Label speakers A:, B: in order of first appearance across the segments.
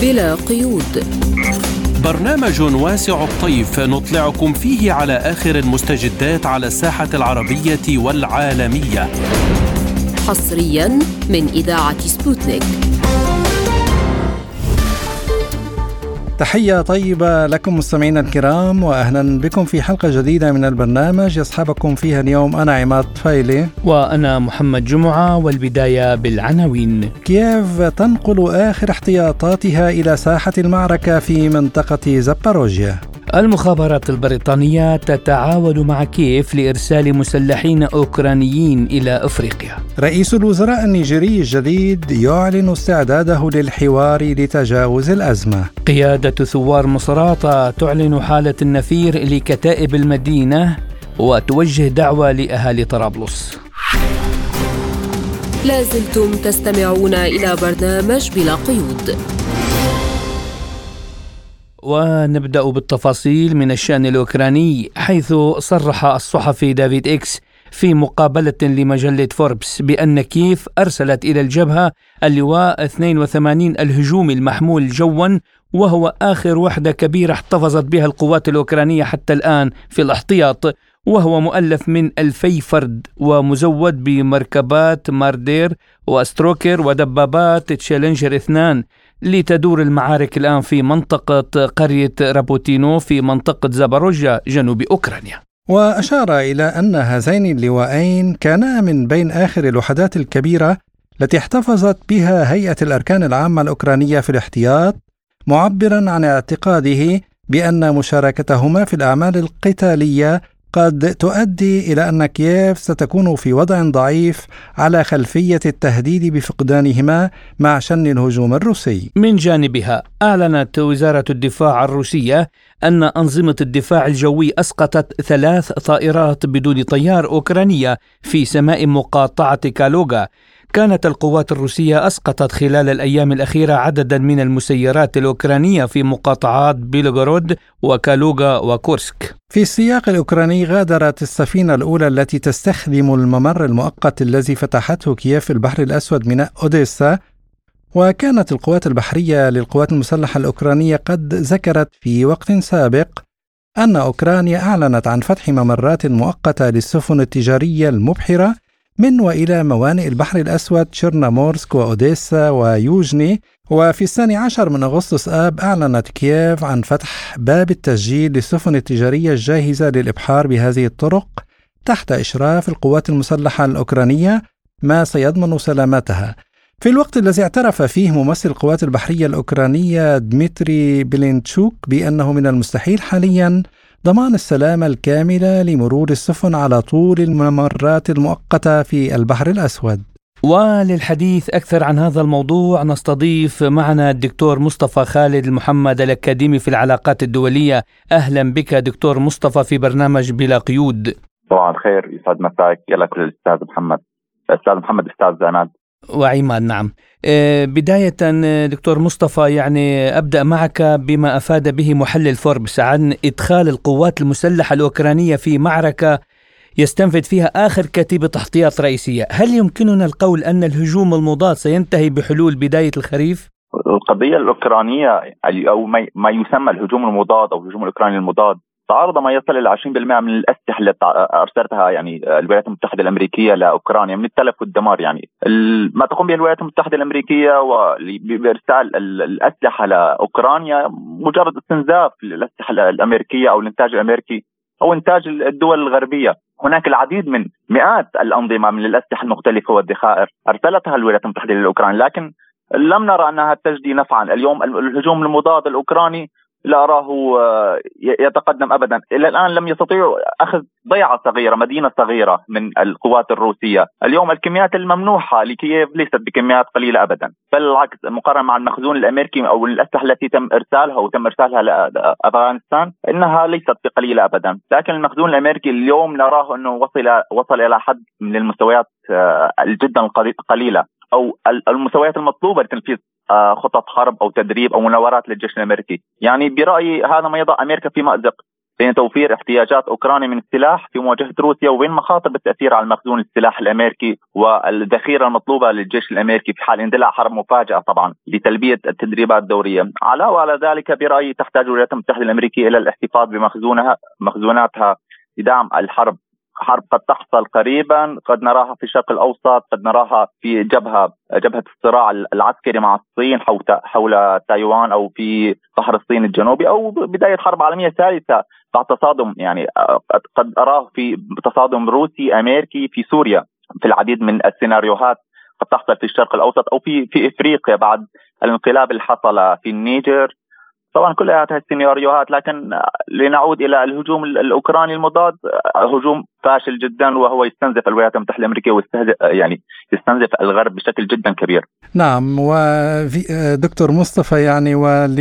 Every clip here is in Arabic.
A: بلا قيود،
B: برنامج واسع الطيف نطلعكم فيه على آخر المستجدات على الساحة العربية والعالمية،
A: حصريا من إذاعة سبوتنيك.
C: تحية طيبة لكم مستمعينا الكرام، وأهلا بكم في حلقة جديدة من البرنامج يصحبكم فيها اليوم أنا عماد طفيلي
D: وأنا محمد جمعة. والبداية بالعناوين.
C: كييف تنقل آخر احتياطاتها إلى ساحة المعركة في منطقة زاباروجيا.
D: المخابرات البريطانية تتعاون مع كييف لإرسال مسلحين أوكرانيين إلى أفريقيا.
C: رئيس الوزراء النيجيري الجديد يعلن استعداده للحوار لتجاوز الأزمة.
D: قيادة ثوار مصراتة تعلن حالة النفير لكتائب المدينة وتوجه دعوة لأهالي طرابلس.
A: لازلتم تستمعون إلى برنامج بلا قيود.
D: ونبدأ بالتفاصيل من الشأن الأوكراني، حيث صرح الصحفي دافيد إكس في مقابلة لمجلة فوربس بأن كييف أرسلت إلى الجبهة اللواء 82 الهجومي المحمول جوا، وهو آخر وحدة كبيرة احتفظت بها القوات الأوكرانية حتى الآن في الاحتياط، وهو مؤلف من 2000 فرد ومزود بمركبات ماردير وستروكر ودبابات تشالنجر 2 لتدور المعارك الآن في منطقة قرية رابوتينو في منطقة زاباروجيا جنوب أوكرانيا.
C: وأشار إلى أن هذين اللواءين كانا من بين آخر الوحدات الكبيرة التي احتفظت بها هيئة الأركان العامة الأوكرانية في الاحتياط، معبرا عن اعتقاده بأن مشاركتهما في الأعمال القتالية قد تؤدي إلى أن كييف ستكون في وضع ضعيف على خلفية التهديد بفقدانهما مع شن الهجوم الروسي.
D: من جانبها أعلنت وزارة الدفاع الروسية أن أنظمة الدفاع الجوي أسقطت 3 طائرات بدون طيار أوكرانية في سماء مقاطعة كالوغا. كانت القوات الروسية أسقطت خلال الأيام الأخيرة عددا من المسيرات الأوكرانية في مقاطعات بيلغورود وكالوغا وكورسك.
C: في السياق الأوكراني، غادرت السفينة الأولى التي تستخدم الممر المؤقت الذي فتحته كييف في البحر الأسود ميناء أوديسا، وكانت القوات البحرية للقوات المسلحة الأوكرانية قد ذكرت في وقت سابق أن أوكرانيا أعلنت عن فتح ممرات مؤقتة للسفن التجارية المبحرة من وإلى موانئ البحر الأسود شيرنامورسك وأوديسا ويوجني. وفي 12 من أغسطس آب أعلنت كييف عن فتح باب التسجيل للسفن التجارية الجاهزة للإبحار بهذه الطرق تحت إشراف القوات المسلحة الأوكرانية، ما سيضمن سلامتها. في الوقت الذي اعترف فيه ممثل القوات البحرية الأوكرانية دميتري بلينتشوك بأنه من المستحيل حاليا ضمان السلامة الكاملة لمرور السفن على طول الممرات المؤقتة في البحر الأسود.
D: وللحديث أكثر عن هذا الموضوع نستضيف معنا الدكتور مصطفى خالد المحمد الأكاديمي في العلاقات الدولية. أهلا بك دكتور مصطفى في برنامج بلا قيود.
E: طبعا الخير، يسعد مساك. يلا كل الأستاذ محمد، أستاذ عماد
D: وعماد. نعم، بداية دكتور مصطفى، يعني أبدأ معك بما أفاد به محلل فوربس عن إدخال القوات المسلحة الأوكرانية في معركة يستنفذ فيها آخر كتيبة احتياط رئيسية. هل يمكننا القول أن الهجوم المضاد سينتهي بحلول بداية الخريف؟
E: القضية الأوكرانية أو ما يسمى الهجوم المضاد أو الهجوم الأوكراني المضاد تعرض ما يصل إلى 20% من الأسلحة التي أرسلتها يعني الولايات المتحدة الأمريكية لأوكرانيا من التلف والدمار. يعني ما تقوم به الولايات المتحدة الأمريكية بإرسال الأسلحة لأوكرانيا مجرد استنزاف للأسلحة الأمريكية أو الإنتاج الأمريكي أو إنتاج الدول الغربية. هناك العديد من مئات الأنظمة من الأسلحة المختلفة والذخائر أرسلتها الولايات المتحدة لأوكرانيا، لكن لم نرى أنها تجدي نفعا. اليوم الهجوم المضاد الأوكراني لا أراه يتقدم أبدا. إلى الآن لم يستطيعوا أخذ ضيعة صغيرة، مدينة صغيرة من القوات الروسية. اليوم الكميات الممنوحة لكييف ليست بكميات قليلة أبدا، بل العكس مقارنة مع المخزون الأمريكي أو الأسلحة التي تم إرسالها لأفغانستان إنها ليست بقليلة أبدا. لكن المخزون الأمريكي اليوم نراه أنه وصل إلى حد من المستويات جدا قليلة، أو المستويات المطلوبة لتنفيذ خطط حرب أو تدريب أو مناورات للجيش الأمريكي. يعني برأيي هذا ما يضع أمريكا في مأزق بين توفير احتياجات أوكرانيا من السلاح في مواجهة روسيا وبين مخاطر بالتأثير على مخزون السلاح الأمريكي والذخيرة المطلوبة للجيش الأمريكي في حال اندلاع حرب مفاجئة طبعا لتلبية التدريبات الدورية. علاوة على ذلك برأيي تحتاج الولايات المتحدة الأمريكية إلى الاحتفاظ بمخزوناتها لدعم الحرب. حرب قد تحصل قريبا، قد نراها في الشرق الأوسط، قد نراها في جبهة الصراع العسكري مع الصين حول تايوان أو في بحر الصين الجنوبي، أو بداية حرب عالمية ثالثة بعد تصادم، يعني قد أراه في تصادم روسي أمريكي في سوريا. في العديد من السيناريوهات قد تحصل في الشرق الأوسط أو في إفريقيا بعد الانقلاب اللي حصل في النيجر. طبعا كل هذه السيناريوهات، لكن لنعود إلى الهجوم الأوكراني المضاد، هجوم فاشل جدا، وهو يستنزف الولايات المتحدة الأمريكية يستنزف الغرب بشكل جدا كبير.
C: نعم، ودكتور مصطفى يعني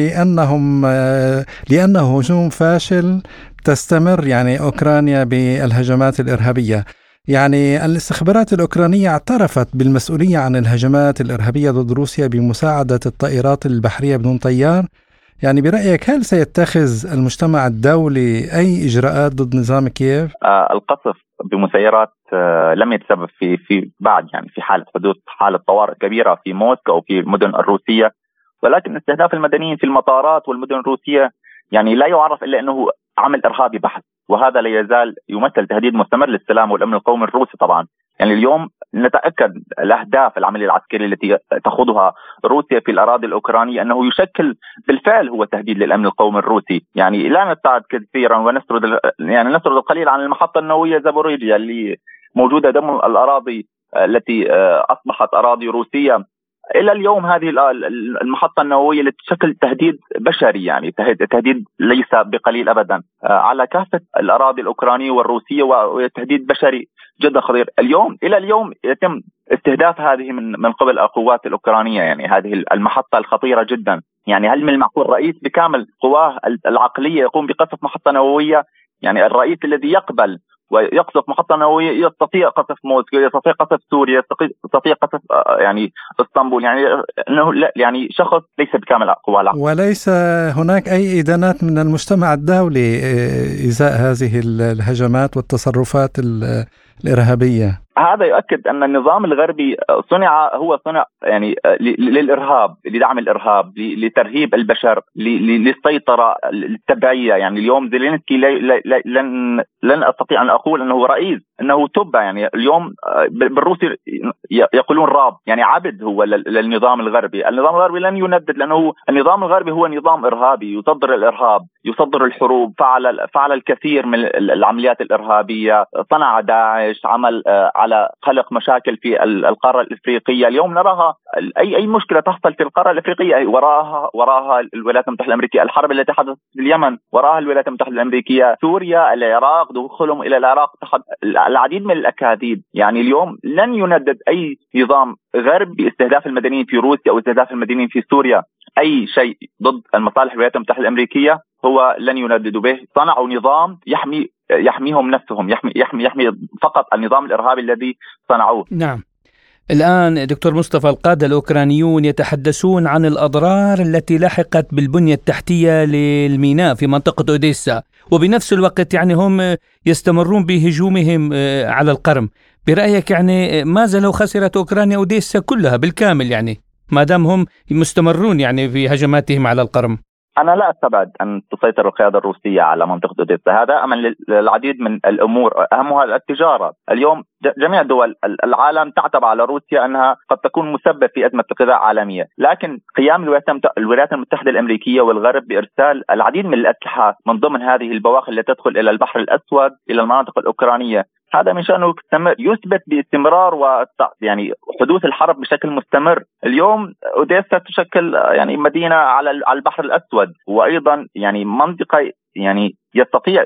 C: لأنه هجوم فاشل تستمر يعني أوكرانيا بالهجمات الإرهابية. يعني الاستخبارات الأوكرانية اعترفت بالمسؤولية عن الهجمات الإرهابية ضد روسيا بمساعدة الطائرات البحرية بدون طيار. يعني برأيك هل سيتخذ المجتمع الدولي أي إجراءات ضد نظام كييف؟
E: القصف بمسيرات لم يتسبب في بعد، يعني في حالة حدوث حالة طوارئ كبيرة في موسكو أو في المدن الروسية، ولكن استهداف المدنيين في المطارات والمدن الروسية يعني لا يعرف إلا أنه عمل إرهابي بحت، وهذا لا يزال يمثل تهديد مستمر للسلام والأمن القومي الروسي. طبعا يعني اليوم نتأكد الأهداف العملية العسكرية التي تخوضها روسيا في الأراضي الأوكرانية أنه يشكل بالفعل هو تهديد للأمن القومي الروسي. يعني لا نبتعد كثيرا ونسرد نسرد القليل عن المحطة النووية زابوريجيا اللي موجودة ضمن الأراضي التي أصبحت أراضي روسية. إلى اليوم هذه المحطة النووية التي تشكل تهديد بشري، يعني تهديد ليس بقليل أبدا على كافة الأراضي الأوكرانية والروسية، وتهديد بشري جدا خطير. إلى اليوم يتم استهداف هذه من قبل القوات الأوكرانية، يعني هذه المحطة الخطيرة جدا. يعني هل من المعقول رئيس بكامل قواه العقلية يقوم بقصف محطة نووية؟ يعني الرئيس الذي يقبل ويقصف محطة نووية يستطيع قصف موسكو، يستطيع قصف سوريا، يستطيع قصف يعني اسطنبول، يعني انه يعني شخص ليس بكامل قواه.
C: وليس هناك اي ادانات من المجتمع الدولي ازاء هذه الهجمات والتصرفات الارهابيه.
E: هذا يؤكد أن النظام الغربي هو صنع يعني للإرهاب، لدعم الإرهاب، لترهيب البشر، للسيطرة التبعية. يعني اليوم زيلينسكي لن أستطيع أن أقول أنه رئيس، أنه تبع. يعني اليوم بالروسي يقولون راب، يعني عبد هو للنظام الغربي. النظام الغربي لن يندد، لأنه النظام الغربي هو نظام إرهابي يصدر الإرهاب، يصدر الحروب، فعل الكثير من العمليات الإرهابية، صنع داعش، عمل على خلق مشاكل في القارة الإفريقية. اليوم نراها أي مشكلة تحصل في القارة الإفريقية وراها الولايات المتحدة الأمريكية. الحرب التي حدثت في اليمن وراها الولايات المتحدة الأمريكية. سوريا، العراق، دخولهم إلى العراق تحت العديد من الأكاذيب. يعني اليوم لن يندد أي نظام غربي باستهداف المدنيين في روسيا أو استهداف المدنيين في سوريا. أي شيء ضد المصالح الولايات المتحدة الأمريكية هو لن ينددوا به. صنعوا نظام يحميهم نفسهم، يحمي فقط النظام الإرهابي الذي صنعوه.
D: نعم. الآن دكتور مصطفى، القادة الأوكرانيون يتحدثون عن الأضرار التي لحقت بالبنية التحتية للميناء في منطقة أوديسا، وبنفس الوقت يعني هم يستمرون بهجومهم على القرم. برأيك يعني ماذا لو خسرت أوكرانيا أوديسا كلها بالكامل، يعني ما دام هم مستمرون يعني في هجماتهم على القرم؟
E: أنا لا أستبعد أن تسيطر القيادة الروسية على منطقة أوديسا. هذا أمل للعديد من الأمور، أهمها التجارة. اليوم جميع دول العالم تعتبر على روسيا أنها قد تكون مسبب في أزمة غذاء عالمية، لكن قيام الولايات المتحدة الأمريكية والغرب بإرسال العديد من الأسلحة من ضمن هذه البواخر التي تدخل إلى البحر الأسود إلى المناطق الأوكرانية، هذا من شأنه يثبت باستمرار يعني حدوث الحرب بشكل مستمر. اليوم أوديسا تشكل يعني مدينة على البحر الأسود، وأيضا يعني منطقة يعني يستطيع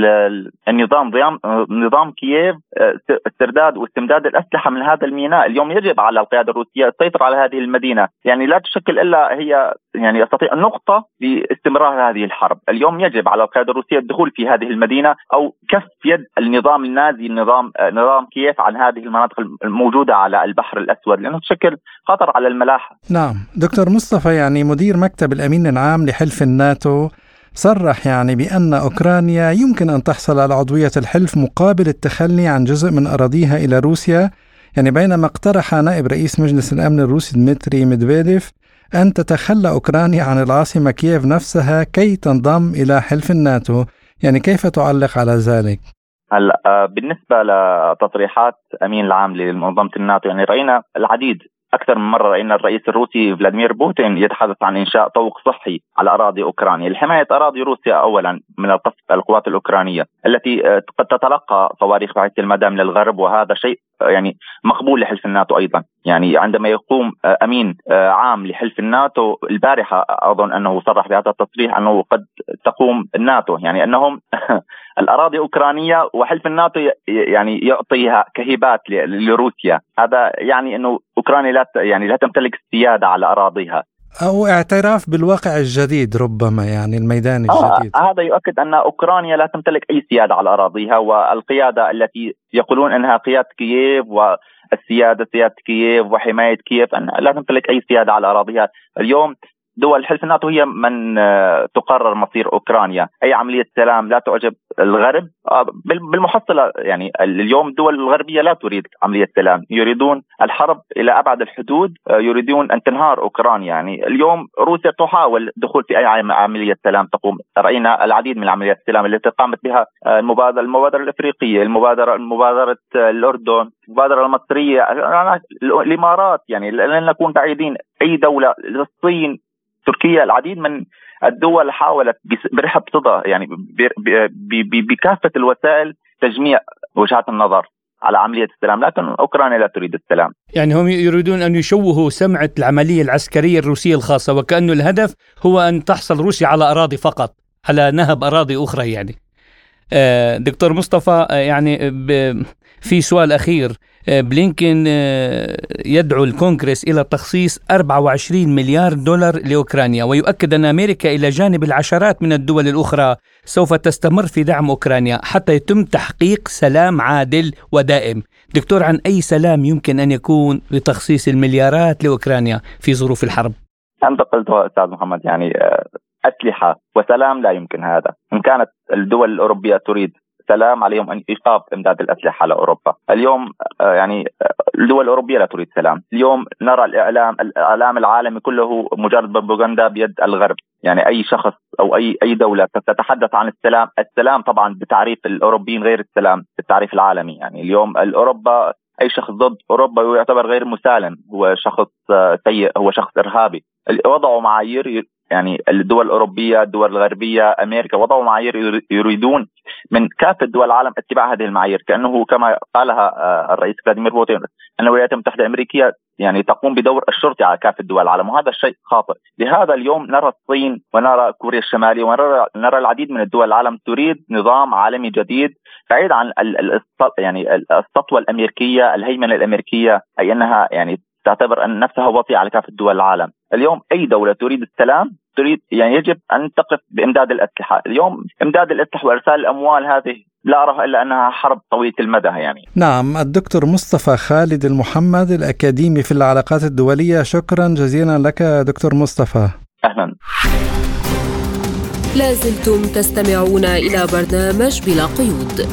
E: نظام كييف استرداد واستمداد الأسلحة من هذا الميناء. اليوم يجب على القيادة الروسية السيطرة على هذه المدينة، يعني لا تشكل إلا هي يعني يستطيع نقطة لاستمرار هذه الحرب. اليوم يجب على القيادة الروسية الدخول في هذه المدينة أو كف يد النظام النازي، نظام كييف عن هذه المناطق الموجودة على البحر الأسود، لأنه تشكل خطر على الملاحة.
C: نعم دكتور مصطفى، يعني مدير مكتب الأمين العام لحلف الناتو صرح يعني بأن أوكرانيا يمكن أن تحصل على عضوية الحلف مقابل التخلي عن جزء من أراضيها إلى روسيا، يعني بينما اقترح نائب رئيس مجلس الأمن الروسي دمتري ميدفيديف أن تتخلى أوكرانيا عن العاصمة كييف نفسها كي تنضم إلى حلف الناتو. يعني كيف تعلق على ذلك؟
E: هلا بالنسبة لتصريحات أمين العام لمنظمة الناتو، يعني رأينا العديد أكثر من مرة، رأينا الرئيس الروسي فلاديمير بوتين يتحدث عن إنشاء طوق صحي على أراضي أوكرانيا لحماية أراضي روسيا أولا من القصف القوات الأوكرانية التي قد تتلقى صواريخ بعيدة المدى من الغرب، وهذا شيء يعني مقبول لحلف الناتو أيضا. يعني عندما يقوم أمين عام لحلف الناتو البارحة، أظن أنه صرح بهذا التصريح أنه قد تقوم الناتو، يعني أنهم الأراضي أوكرانية وحلف الناتو يعني يعطيها كهبات لروسيا. هذا يعني أنه أوكرانيا لا تمتلك السيادة على أراضيها،
C: أو اعتراف بالواقع الجديد ربما، يعني الميدان الجديد.
E: هذا يؤكد أن أوكرانيا لا تمتلك أي سيادة على أراضيها، والقيادة التي يقولون أنها قيادة كييف والسيادة سيادة كييف وحماية كييف، أن لا تمتلك أي سيادة على أراضيها. اليوم دول حلف الناتو هي من تقرر مصير أوكرانيا. أي عملية سلام لا تعجب الغرب. بالمحصلة يعني اليوم الدول الغربية لا تريد عملية سلام، يريدون الحرب إلى أبعد الحدود، يريدون أن تنهار أوكرانيا. يعني اليوم روسيا تحاول الدخول في أي عملية سلام تقوم. رأينا العديد من عمليات السلام التي قامت بها المبادرة الإفريقية، مبادرة الأردن، المبادرة المصرية، الإمارات، يعني لن نكون بعيدين، أي دولة، الصين، تركيا، العديد من الدول حاولت برحب صدى يعني بكافة الوسائل تجميع وجهات النظر على عملية السلام، لكن أوكرانيا لا تريد السلام.
D: يعني هم يريدون أن يشوهوا سمعة العملية العسكرية الروسية الخاصة، وكأنه الهدف هو أن تحصل روسيا على أراضي فقط، على نهب أراضي أخرى. يعني دكتور مصطفى، يعني في سؤال أخير، بلينكين يدعو الكونغرس إلى تخصيص 24 مليار دولار لأوكرانيا، ويؤكد أن أمريكا إلى جانب العشرات من الدول الأخرى سوف تستمر في دعم أوكرانيا حتى يتم تحقيق سلام عادل ودائم. دكتور، عن أي سلام يمكن أن يكون بتخصيص المليارات لأوكرانيا في ظروف الحرب؟
E: أنت قلت أستاذ محمد، يعني أسلحة وسلام لا يمكن هذا. إن كانت الدول الأوروبية تريد سلام عليهم أن إيقاف إمداد الأسلحة لأوروبا. اليوم يعني الدول الأوروبية لا تريد سلام. اليوم نرى الإعلام العالمي كله مجرد بروباغندا بيد الغرب. يعني أي شخص أو أي دولة تتحدث عن السلام طبعا بتعريف الأوروبيين غير السلام بالتعريف العالمي. يعني اليوم الأوروبا، أي شخص ضد أوروبا يعتبر غير مسالم، هو شخص سيء، هو شخص إرهابي. وضعوا معايير، يعني الدول الأوروبية، الدول الغربية، أمريكا وضعوا معايير يريدون من كافة دول العالم اتباع هذه المعايير، كأنه كما قالها الرئيس فلاديمير بوتين أن الولايات المتحدة الأمريكية يعني تقوم بدور الشرطة على كافة دول العالم، وهذا الشيء خاطئ. لهذا اليوم نرى الصين ونرى كوريا الشمالية ونرى العديد من الدول العالم تريد نظام عالمي جديد بعيد عن يعني السطوة الأمريكية، الهيمنة الأمريكية، أي أنها يعني تعتبر أن نفسها وطية على كافة دول العالم. اليوم أي دولة تريد السلام يعني يجب أن تقف بإمداد الأسلحة. اليوم إمداد الأسلحة وإرسال الأموال هذه لا أرى إلا أنها حرب طويلة المدى. يعني
C: نعم. الدكتور مصطفى خالد المحمد، الأكاديمي في العلاقات الدولية، شكرا جزيلا لك دكتور مصطفى.
E: أهلا.
A: لازلتم تستمعون إلى برنامج بلا قيود.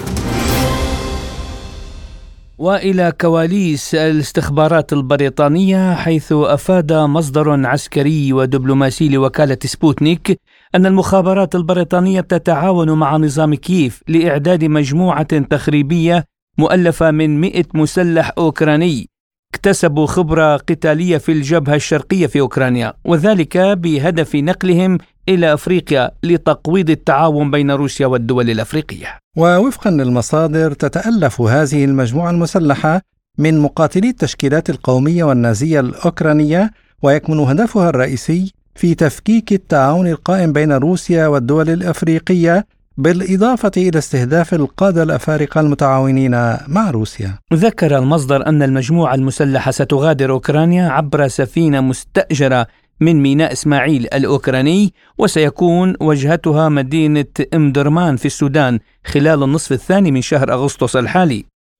D: وإلى كواليس الاستخبارات البريطانية، حيث أفاد مصدر عسكري ودبلوماسي لوكالة سبوتنيك أن المخابرات البريطانية تتعاون مع نظام كييف لإعداد مجموعة تخريبية مؤلفة من 100 مسلح أوكراني اكتسبوا خبرة قتالية في الجبهة الشرقية في أوكرانيا، وذلك بهدف نقلهم إلى أفريقيا لتقويض التعاون بين روسيا والدول الأفريقية.
C: ووفقا للمصادر تتألف هذه المجموعة المسلحة من مقاتلي التشكيلات القومية والنازية الأوكرانية، ويكمن هدفها الرئيسي في تفكيك التعاون القائم بين روسيا والدول الأفريقية، بالإضافة إلى استهداف القادة الأفارقة المتعاونين مع روسيا.
D: ذكر المصدر أن المجموعة المسلحة ستغادر أوكرانيا عبر سفينة مستأجرة من ميناء إسماعيل الأوكراني، وسيكون وجهتها مدينة أم درمان في السودان خلال النصف الثاني من شهر أغسطس الحالي.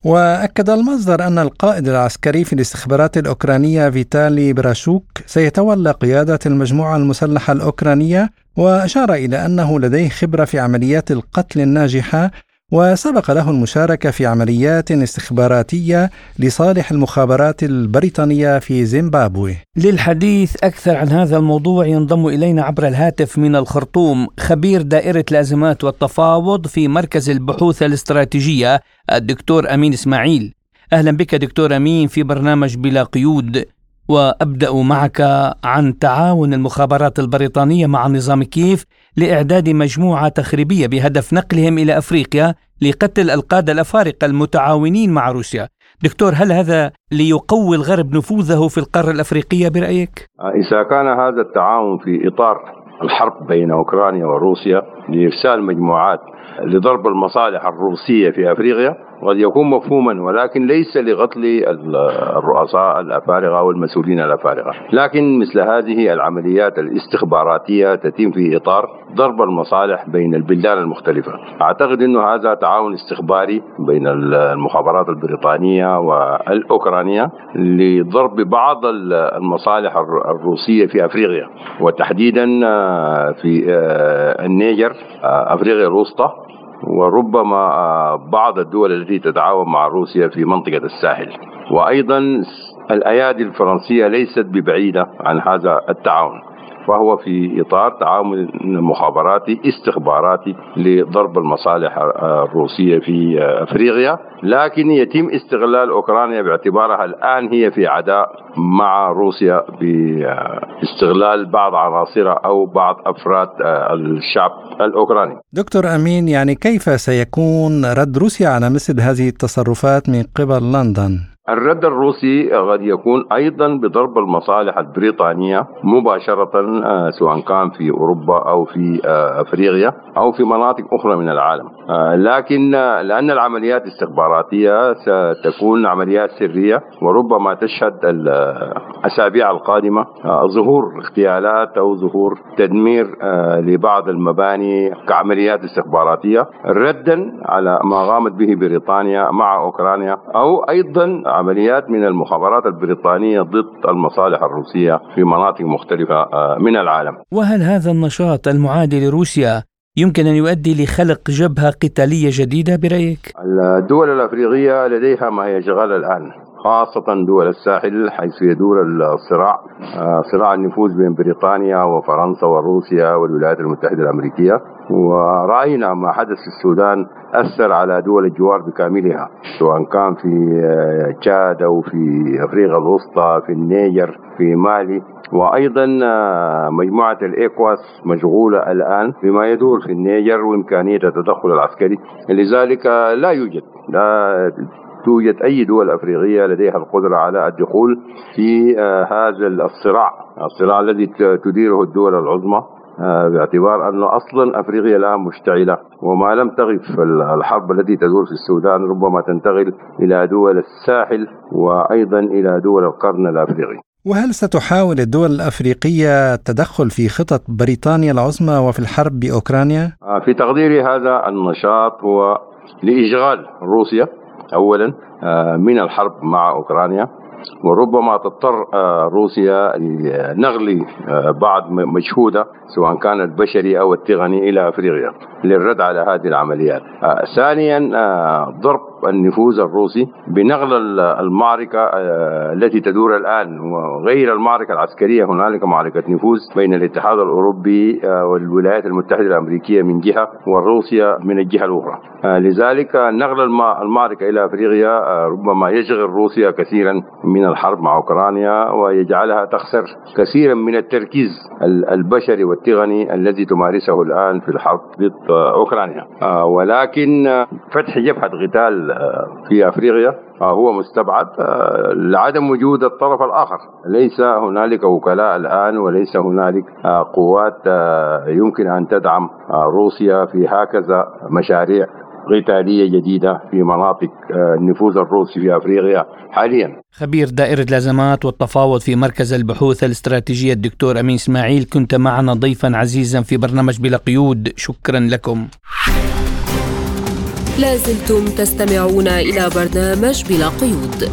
C: وأكد المصدر أن القائد العسكري في الاستخبارات الأوكرانية فيتالي براشوك سيتولى قيادة المجموعة المسلحة الأوكرانية، وأشار إلى أنه لديه خبرة في عمليات القتل الناجحة، وسبق له المشاركة في عمليات استخباراتية لصالح المخابرات البريطانية في زيمبابوي.
D: للحديث أكثر عن هذا الموضوع ينضم إلينا عبر الهاتف من الخرطوم خبير دائرة الأزمات والتفاوض في مركز البحوث الاستراتيجية الدكتور أمين إسماعيل. أهلا بك دكتور أمين في برنامج بلا قيود، وأبدأ معك عن تعاون المخابرات البريطانية مع نظام كييف لإعداد مجموعة تخريبية بهدف نقلهم إلى أفريقيا لقتل القادة الأفارقة المتعاونين مع روسيا. دكتور، هل هذا ليقوي الغرب نفوذه في القارة الأفريقية برأيك؟
F: إذا كان هذا التعاون في إطار الحرب بين أوكرانيا وروسيا لإرسال مجموعات لضرب المصالح الروسية في أفريقيا قد يكون مفهوما، ولكن ليس لقتل الرؤساء الأفارقة أو المسؤولين الأفارقة، لكن مثل هذه العمليات الاستخباراتية تتم في إطار ضرب المصالح بين البلدان المختلفة. أعتقد أنه هذا تعاون استخباري بين المخابرات البريطانية والأوكرانية لضرب بعض المصالح الروسية في أفريقيا، وتحديدا في النيجر، أفريقيا الوسطى، وربما بعض الدول التي تتعاون مع روسيا في منطقة الساحل. وأيضا الأيادي الفرنسية ليست ببعيدة عن هذا التعاون، فهو في إطار تعاون مخابراتي استخباراتي لضرب المصالح الروسية في أفريقيا، لكن يتم استغلال أوكرانيا باعتبارها الآن هي في عداء مع روسيا باستغلال بعض عناصرها أو بعض أفراد الشعب الأوكراني.
C: دكتور أمين، يعني كيف سيكون رد روسيا على مثل هذه التصرفات من قبل لندن؟
F: الرد الروسي قد يكون أيضا بضرب المصالح البريطانية مباشرة، سواء كان في أوروبا أو في أفريقيا أو في مناطق أخرى من العالم، لكن لأن العمليات الاستخباراتية ستكون عمليات سرية وربما تشهد الأسابيع القادمة ظهور اغتيالات أو ظهور تدمير لبعض المباني كعمليات استخباراتية ردا على ما قامت به بريطانيا مع أوكرانيا، أو أيضا عمليات من المخابرات البريطانية ضد المصالح الروسية في مناطق مختلفة من العالم.
D: وهل هذا النشاط المعادي لروسيا يمكن أن يؤدي لخلق جبهة قتالية جديدة برأيك؟
F: الدول الأفريقية لديها ما يشغل الآن، خاصة دول الساحل، حيث يدور الصراع، صراع النفوذ بين بريطانيا وفرنسا وروسيا والولايات المتحدة الأمريكية. ورأينا ما حدث في السودان أثر على دول الجوار بكاملها، سواء كان في تشاد أو في أفريقيا الوسطى، في النيجر، في مالي، وأيضا مجموعة الإيكواس مشغولة الآن بما يدور في النيجر وإمكانية التدخل العسكري. لذلك لا توجد أي دول أفريقية لديها القدرة على الدخول في هذا الصراع الذي تديره الدول العظمى، باعتبار أن أصلا أفريقيا الآن مشتعلة، وما لم تغف الحرب التي تدور في السودان ربما تنتقل إلى دول الساحل وأيضا إلى دول القرن الأفريقي.
C: وهل ستحاول الدول الأفريقية التدخل في خطط بريطانيا العظمى وفي الحرب بأوكرانيا؟
F: في تقديري هذا النشاط هو لإشغال روسيا أولا من الحرب مع أوكرانيا، وربما تضطر روسيا لنقل بعض مجهودها سواء كان البشري أو التقني إلى أفريقيا للرد على هذه العمليات. ثانيا ضرب النفوذ الروسي بنقل المعركة التي تدور الآن، وغير المعركة العسكرية هنالك معركة نفوذ بين الاتحاد الأوروبي والولايات المتحدة الأمريكية من جهة وروسيا من الجهة الأخرى. لذلك نقل المعركة إلى أفريقيا ربما يشغل روسيا كثيرا من الحرب مع أوكرانيا ويجعلها تخسر كثيرا من التركيز البشري والتقني الذي تمارسه الآن في الحرب ضد أوكرانيا. ولكن فتح جبهة قتال في أفريقيا هو مستبعد لعدم وجود الطرف الآخر. ليس هنالك وكلاء الآن، وليس هنالك قوات يمكن أن تدعم روسيا في هكذا مشاريع قتالية جديدة في مناطق النفوذ الروسي في أفريقيا حاليا.
D: خبير دائرة الأزمات والتفاوض في مركز البحوث الاستراتيجية الدكتور أمين إسماعيل، كنت معنا ضيفا عزيزا في برنامج بلا قيود، شكرا لكم.
A: لازلتم تستمعون إلى برنامج بلا قيود.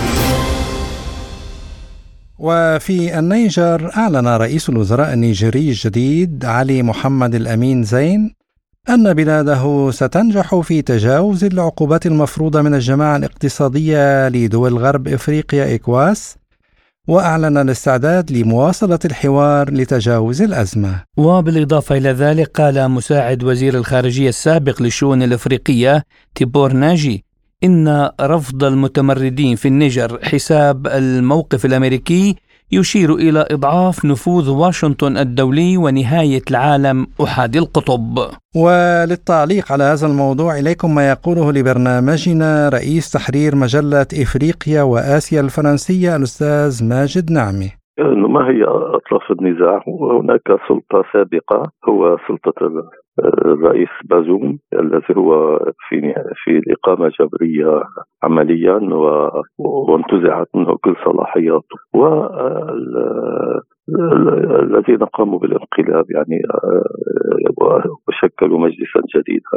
C: وفي النيجر أعلن رئيس الوزراء النيجيري الجديد علي محمد الأمين زين أن بلاده ستنجح في تجاوز العقوبات المفروضة من الجماعة الاقتصادية لدول غرب إفريقيا إيكواس، وأعلن الاستعداد لمواصلة الحوار لتجاوز الأزمة.
D: وبالإضافة إلى ذلك قال مساعد وزير الخارجية السابق للشؤون الإفريقية تيبور ناجي إن رفض المتمردين في النيجر حساب الموقف الأمريكي يشير إلى إضعاف نفوذ واشنطن الدولي ونهاية العالم أحادي القطب.
C: وللتعليق على هذا الموضوع إليكم ما يقوله لبرنامجنا رئيس تحرير مجلة إفريقيا وآسيا الفرنسية الأستاذ ماجد نعمي.
G: ما هي أطراف النزاع؟ وهناك سلطة سابقة هو سلطة الرئيس بازوم الذي هو في إقامة جبرية عمليا وانتزعت منه كل صلاحياته، والذين قاموا بالانقلاب يعني وشكلوا مجلسا جديدا.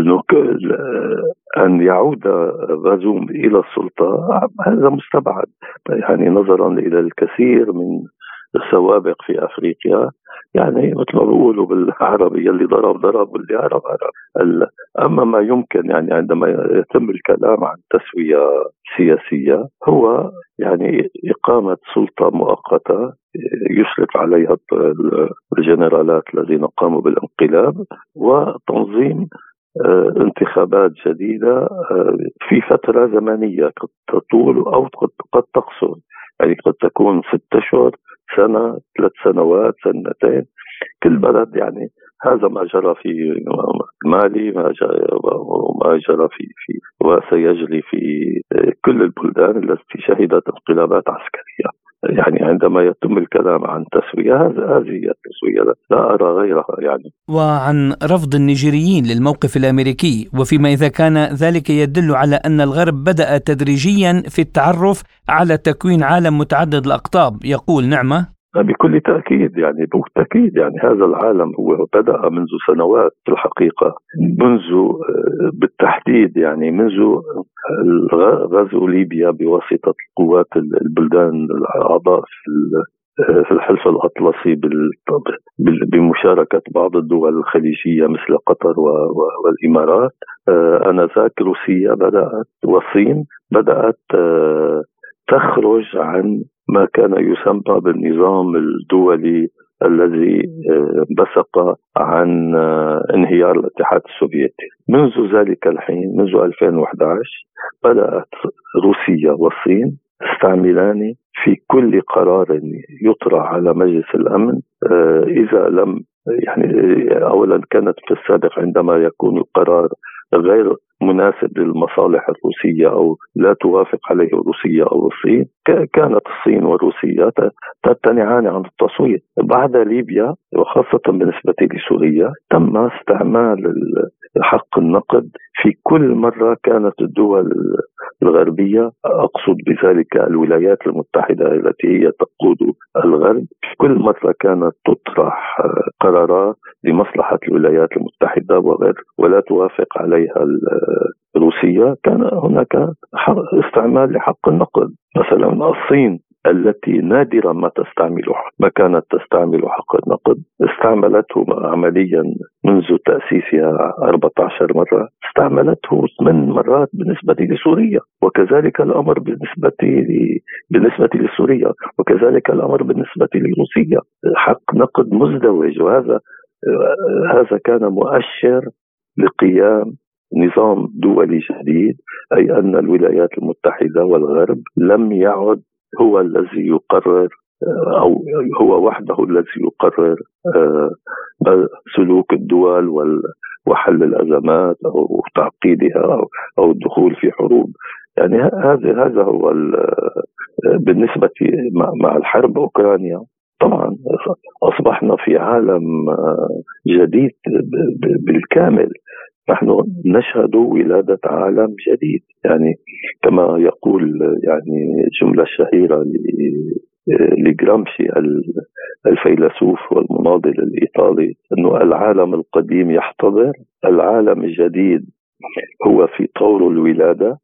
G: أن يعود بازوم إلى السلطة هذا مستبعد، يعني نظرا إلى الكثير من السوابق في أفريقيا، يعني مثل ما بيقولوا بالعربية اللي ضرب واللي عرب. أما ما يمكن يعني عندما يتم الكلام عن تسوية سياسية هو يعني إقامة سلطة مؤقتة يشرف عليها الجنرالات الذين قاموا بالانقلاب، وتنظيم انتخابات جديدة في فترة زمنية قد تطول أو قد تقصر، يعني قد تكون 6 أشهر، سنة، 3 سنوات، سنتين. كل بلد يعني هذا ما جرى في مالي، ما جرى في وسيجري في كل البلدان التي شهدت انقلابات عسكرية. يعني عندما يتم الكلام عن تسوية هذه هي التسوية، لا أرى غيرها يعني.
D: وعن رفض النيجيريين للموقف الأمريكي، وفيما إذا كان ذلك يدل على أن الغرب بدأ تدريجيا في التعرف على تكوين عالم متعدد الأقطاب، يقول نعمة.
G: بكل تأكيد يعني بالتأكيد يعني هذا العالم هو بدأ منذ سنوات في الحقيقة، منذ بالتحديد يعني منذ غزو ليبيا بواسطة قوات البلدان الأعضاء في الحلف الأطلسي بمشاركة بعض الدول الخليجية مثل قطر والإمارات. آنذاك روسيا بدأت والصين بدأت تخرج عن ما كان يسمى بالنظام الدولي الذي بصق عن انهيار الاتحاد السوفيتي. منذ ذلك الحين، منذ 2011 بدأت روسيا والصين تستعملان في كل قرار يطرح على مجلس الأمن، إذا لم يعني أولا كانت في السابق عندما يكون القرار غير مناسب للمصالح الروسية أو لا توافق عليه روسيا أو الصين، كانت الصين وروسيا تمتنعان عن التصويت. بعد ليبيا وخاصة بالنسبة لسوريا تم استعمال حق النقد في كل مرة كانت الدول الغربية، أقصد بذلك الولايات المتحدة التي هي تقود الغرب، في كل مرة كانت تطرح قرارات لمصلحة الولايات المتحدة ولا توافق عليها روسيا، كان هناك استعمال لحق النقد. مثلا الصين التي نادرا ما كانت تستعمل حق النقد استعملته عمليا منذ تأسيسها 14 مرة، استعملته 8 مرات بالنسبة لسوريا، وكذلك الأمر بالنسبة لسوريا، وكذلك الأمر بالنسبة لروسيا. حق نقد مزدوج، وهذا كان مؤشر لقيام نظام دولي جديد، أي أن الولايات المتحدة والغرب لم يعد هو الذي يقرر أو هو وحده الذي يقرر سلوك الدول وحل الأزمات أو تعقيدها أو الدخول في حروب. يعني هذا هو بالنسبة مع الحرب أوكرانيا. طبعا أصبحنا في عالم جديد بالكامل، نحن نشهد ولادة عالم جديد، يعني كما يقول يعني الجملة الشهيرة لجرامشي الفيلسوف والمناضل الإيطالي، أنه العالم القديم يحتضر، العالم الجديد هو في طور الولادة،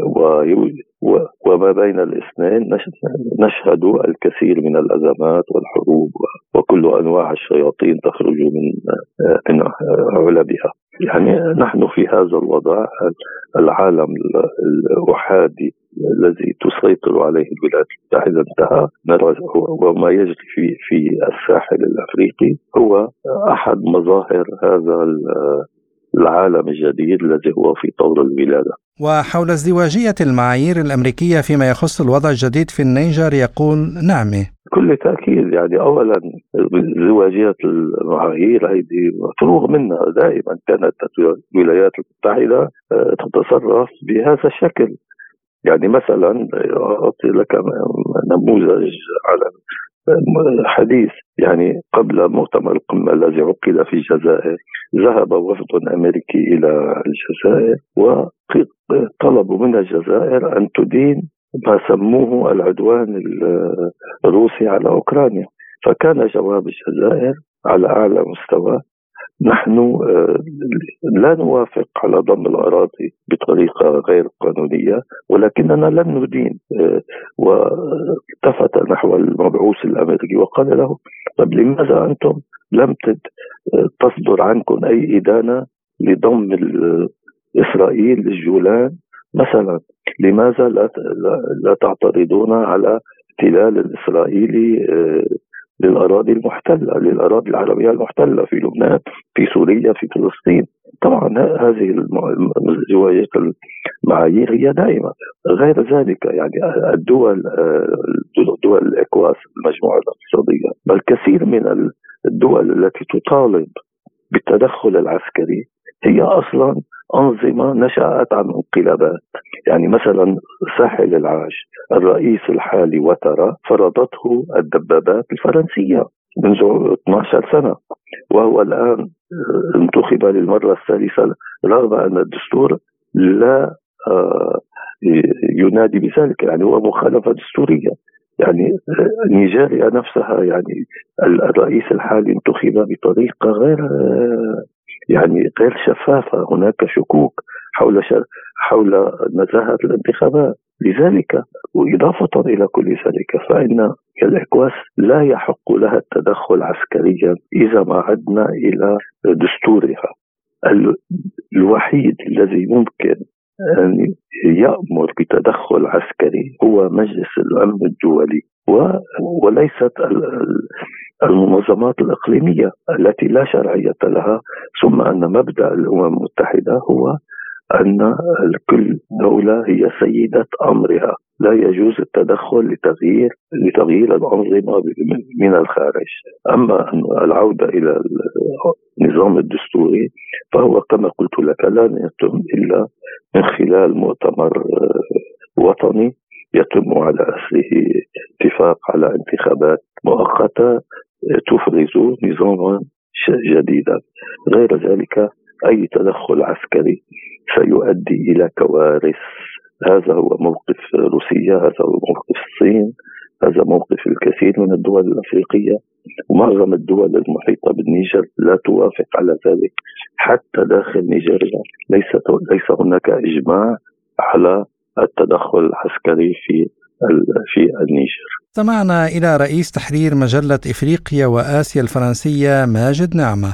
G: وما بين الاثنين نشهد الكثير من الأزمات والحروب وكل أنواع الشياطين تخرج من علبها. يعني نحن في هذا الوضع، العالم الأحادي الذي تسيطر عليه الولايات المتحدة انتهى، وما يجري في الساحل الأفريقي هو أحد مظاهر هذا العالم الجديد الذي هو في طور الولادة.
C: وحول ازدواجية المعايير الأمريكية فيما يخص الوضع الجديد في النيجر يقول نعم.
G: بكل تأكيد، يعني أولا ازدواجية المعايير هذه مفروغ منها. دائما كانت الولايات المتحدة تتصرف بهذا الشكل. يعني مثلا أعطي لك نموذج على حديث، يعني قبل مؤتمر القمة الذي عقد في الجزائر ذهب وفد أمريكي إلى الجزائر وطلبوا من الجزائر أن تدين ما سموه العدوان الروسي على أوكرانيا. فكان جواب الجزائر على أعلى مستوى: نحن لا نوافق على ضم الأراضي بطريقة غير قانونية، ولكننا لن ندين. والتفت نحو المبعوث الأمريكي وقال له: طب لماذا أنتم لم تصدر عنكم أي إدانة لضم إسرائيل للجولان مثلا؟ لماذا لا تعترضون على الاحتلال الإسرائيلي للأراضي المحتلة، للأراضي العربية المحتلة في لبنان، في سوريا، في فلسطين؟ طبعا هذه ازدواجية المعايير هي دائما. غير ذلك يعني دول الإكواس، المجموعة الاقتصادية، بل كثير من الدول التي تطالب بالتدخل العسكري هي أصلا أنظمة نشأت عن انقلابات. يعني مثلا ساحل العاج، الرئيس الحالي وترا فرضته الدبابات الفرنسية منذ 12 سنة، وهو الآن انتخب للمرة الثالثة رغم أن الدستور لا ينادي بذلك. يعني هو مخالفة دستورية. يعني نيجيريا نفسها، يعني الرئيس الحالي انتخب بطريقة غير شفافة. هناك شكوك حول نزاهة الانتخابات. لذلك وإضافة إلى كل ذلك فإن الإكواس لا يحق لها التدخل عسكريا إذا ما عدنا إلى دستورها. الوحيد الذي ممكن أن يأمر بتدخل عسكري هو مجلس الأمن الدولي، وليست المنظمات الإقليمية التي لا شرعية لها. ثم أن مبدأ الأمم المتحدة هو أن كل دولة هي سيدة أمرها، لا يجوز التدخل لتغيير الأنظمة من الخارج. أما العودة إلى النظام الدستوري فهو كما قلت لك لن يتم إلا من خلال مؤتمر وطني يتم على أسره اتفاق على انتخابات مؤقتة تفرز نظاما جديدا. غير ذلك أي تدخل عسكري سيؤدي إلى كوارث. هذا هو موقف روسيا، هذا هو موقف الصين، هذا موقف الكثير من الدول الأفريقية، ومعظم الدول المحيطة بالنيجر لا توافق على ذلك. حتى داخل نيجيريا ليس هناك إجماع على التدخل العسكري في النيجر.
C: استمعنا إلى رئيس تحرير مجلة إفريقيا وآسيا الفرنسية ماجد نعمة.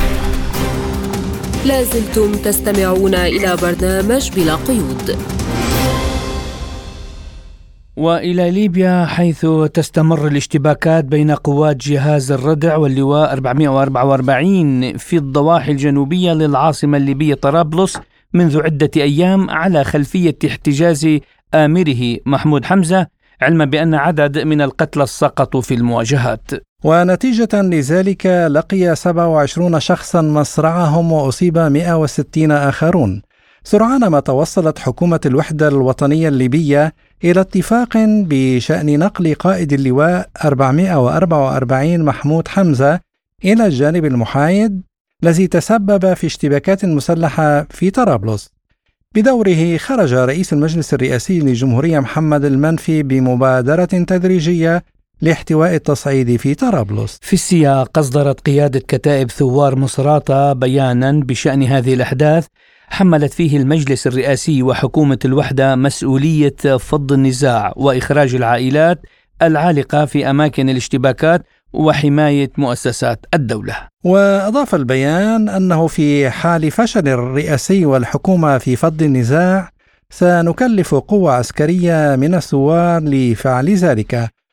A: لازلتم تستمعون إلى برنامج بلا قيود.
D: وإلى ليبيا، حيث تستمر الاشتباكات بين قوات جهاز الردع واللواء 444 في الضواحي الجنوبية للعاصمة الليبية طرابلس منذ عدة أيام على خلفية احتجاز آمره محمود حمزة، علما بأن عدد من القتلى سقطوا في المواجهات.
C: ونتيجة لذلك لقي 27 شخصا مصرعهم وأصيب 160 آخرون. سرعان ما توصلت حكومة الوحدة الوطنية الليبية إلى اتفاق بشأن نقل قائد اللواء 444 محمود حمزة إلى الجانب المحايد الذي تسبب في اشتباكات مسلحة في طرابلس. بدوره خرج رئيس المجلس الرئاسي للجمهورية محمد المنفي بمبادرة تدريجية لاحتواء التصعيد في طرابلس.
D: في السياق أصدرت قيادة كتائب ثوار مصراتة بيانا بشأن هذه الأحداث، حملت فيه المجلس الرئاسي وحكومة الوحدة مسؤولية فض النزاع وإخراج العائلات العالقة في أماكن الاشتباكات وحماية مؤسسات الدولة.
C: وأضاف البيان أنه في حال فشل الرئاسي والحكومة في فض النزاع سنكلف قوة عسكرية من الثوار لفعل ذلك.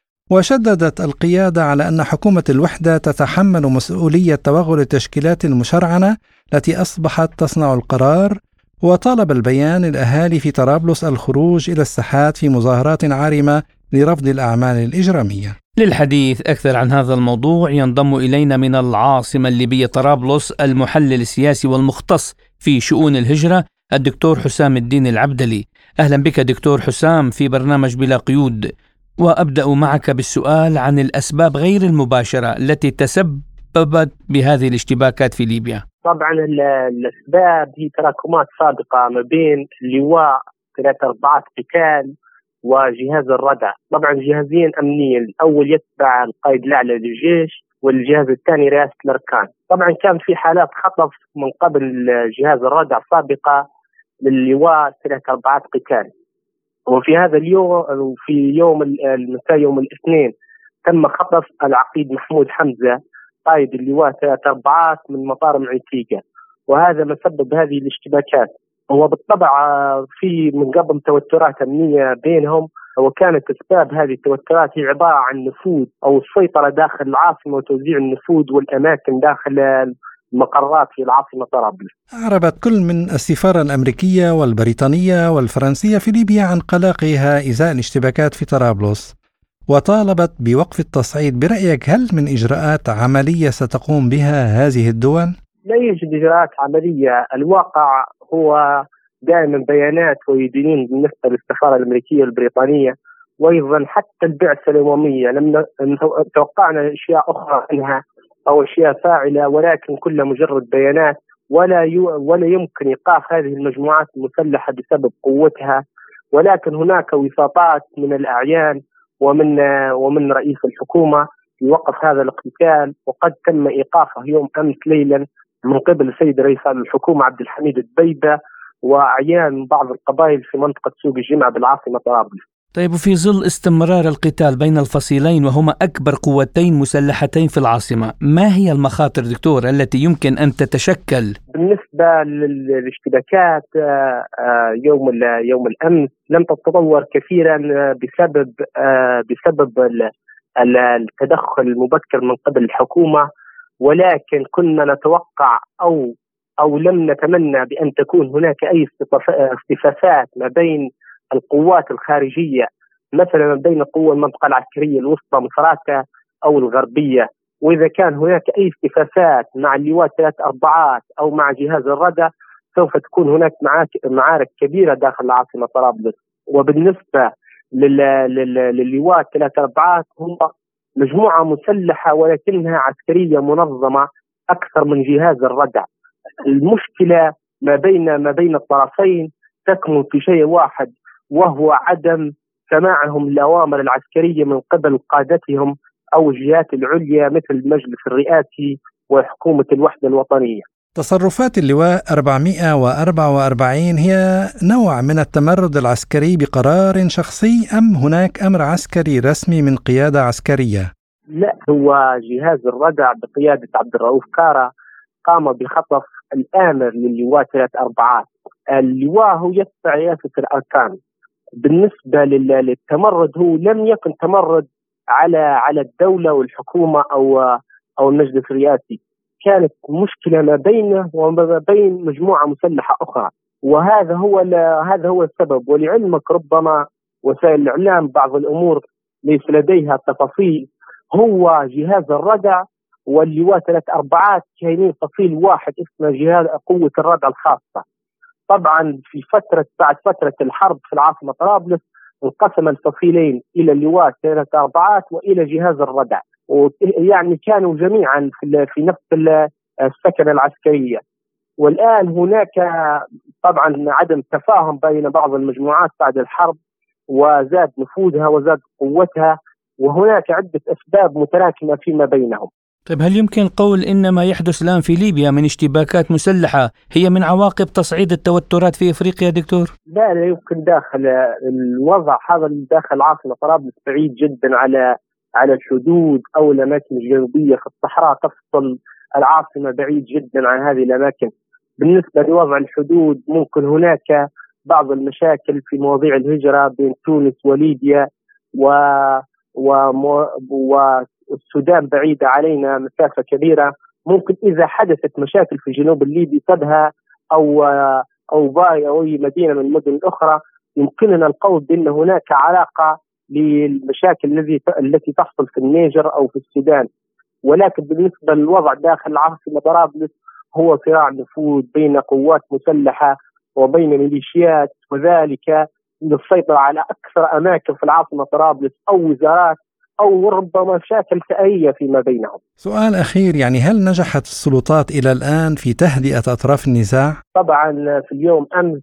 C: وشددت القيادة على أن حكومة الوحدة تتحمل مسؤولية توغل التشكيلات المشرعنة التي أصبحت تصنع القرار. وطالب البيان الأهالي في طرابلس الخروج إلى الساحات في مظاهرات عارمة لرفض الأعمال الإجرامية.
D: للحديث أكثر عن هذا الموضوع ينضم إلينا من العاصمة الليبية طرابلس المحلل السياسي والمختص في شؤون الهجرة الدكتور حسام الدين العبدلي. أهلا بك دكتور حسام في برنامج بلا قيود. وأبدأ معك بالسؤال عن الأسباب غير المباشرة التي تسببت بهذه الاشتباكات في ليبيا.
H: طبعا الأسباب هي تراكمات سابقة ما بين اللواء 3/4 قتال وجهاز الردع. طبعا جهازين أمنيين، الأول يتبع القائد الأعلى للجيش والجهاز الثاني رئاسة الأركان. طبعا كان في حالات خطف من قبل جهاز الردع سابقة للواء 3/4 قتال. وفي هذا اليوم وفي يوم المساء يوم الاثنين تم خطف العقيد محمود حمزة قائد اللواء 3/4 من مطار معيتيقة، وهذا ما سبب هذه الاشتباكات. هو بالطبع في من قبل توترات أمنية بينهم، وكانت أسباب هذه التوترات هي عبارة عن نفوذ أو السيطرة داخل العاصمة وتوزيع النفوذ والأماكن داخل المقرات في العاصمة طرابلس.
C: أعربت كل من السفارة الأمريكية والبريطانية والفرنسية في ليبيا عن قلقها إزاء الاشتباكات في طرابلس، وطالبت بوقف التصعيد. برأيك هل من إجراءات عملية ستقوم بها هذه الدول؟
H: لا يوجد إجراءات عملية. الواقع هو دائما بيانات ويدينين بالنسبة للسفارة الأمريكية والبريطانية، وأيضا حتى البعثة الأممية لم توقعنا أشياء أخرى منها أو أشياء فاعلة، ولكن كلها مجرد بيانات، ولا يمكن إيقاف هذه المجموعات المسلحة بسبب قوتها. ولكن هناك وساطات من الأعيان ومن رئيس الحكومة لوقف هذا الاقتتال، وقد تم إيقافه يوم أمس ليلا من قبل السيد رئيس الحكومة عبد الحميد الدبيبة وأعيان بعض القبائل في منطقة سوق الجمعة بالعاصمة طرابلس.
D: طيب، وفي ظل استمرار القتال بين الفصيلين وهما أكبر قوتين مسلحتين في العاصمة، ما هي المخاطر دكتور التي يمكن أن تتشكل؟
H: بالنسبة للاشتباكات يوم الأمس لم تتطور كثيرا بسبب التدخل المبكر من قبل الحكومة، ولكن كنا نتوقع أو لم نتمنى بأن تكون هناك أي اصطفافات ما بين القوات الخارجية، مثلا ما بين قوة المنطقة العسكرية الوسطى مصراتة أو الغربية. وإذا كان هناك أي اصطفافات مع اللواء 3/4 أو مع جهاز الردع سوف تكون هناك معارك كبيرة داخل العاصمة طرابلس. وبالنسبة للواء 3/4 هو مجموعة مسلحة ولكنها عسكرية منظمة أكثر من جهاز الردع. المشكلة ما بين الطرفين تكمن في شيء واحد، وهو عدم سماعهم الأوامر العسكرية من قبل قادتهم أو الجهات العليا مثل المجلس الرئاسي وحكومة الوحدة الوطنية.
C: تصرفات اللواء 444 هي نوع من التمرد العسكري بقرار شخصي أم هناك أمر عسكري رسمي من قيادة عسكرية؟
H: لا، هو جهاز الردع بقيادة عبد الرؤوف كارا قام بخطف الآمر للواء 3/4. اللواء هو يتبع رئاسة الأركان. بالنسبة للتمرد هو لم يكن تمرد على الدولة والحكومة أو المجلس الرئاسي، كانت مشكلة ما بينه وما بين مجموعة مسلحة أخرى، وهذا هو السبب. ولعلمك ربما وسائل الإعلام بعض الأمور ليس لديها تفاصيل. هو جهاز الردع واللواء 3/4 كاينين فصيل واحد اسمه جهاز قوة الردع الخاصة. طبعا بعد فترة الحرب في العاصمة طرابلس انقسم الفصيلين إلى اللواء 3/4 وإلى جهاز الردع، ويعني كانوا جميعا في نفس السكنة العسكرية. والآن هناك طبعا عدم تفاهم بين بعض المجموعات بعد الحرب، وزاد نفوذها وزاد قوتها، وهناك عدة أسباب متراكمة فيما بينهم.
D: طيب هل يمكن القول إن ما يحدث الآن في ليبيا من اشتباكات مسلحة هي من عواقب تصعيد التوترات في إفريقيا دكتور؟
H: لا يمكن داخل الوضع هذا داخل عاصمة طرابلس بعيد جدا على الحدود أو الأماكن الجنوبية في الصحراء تفصل العاصمة بعيد جدا عن هذه الأماكن. بالنسبة لوضع الحدود ممكن هناك بعض المشاكل في مواضيع الهجرة بين تونس وليبيا والسودان بعيدة علينا مسافة كبيرة. ممكن إذا حدثت مشاكل في الجنوب الليبي سدها أو باي أو أي مدينة من المدن الأخرى يمكننا القول بأن هناك علاقة للمشاكل التي تحصل في النيجر أو في السودان. ولكن بالنسبة للوضع داخل العاصمة طرابلس هو صراع نفوذ بين قوات مسلحة وبين ميليشيات، وذلك للسيطرة على أكثر أماكن في العاصمة طرابلس أو وزارات أو ربما مشاكل ثأرية فيما بينهم.
C: سؤال أخير، يعني هل نجحت السلطات إلى الآن في تهدئة أطراف النزاع؟
H: طبعا في اليوم أمس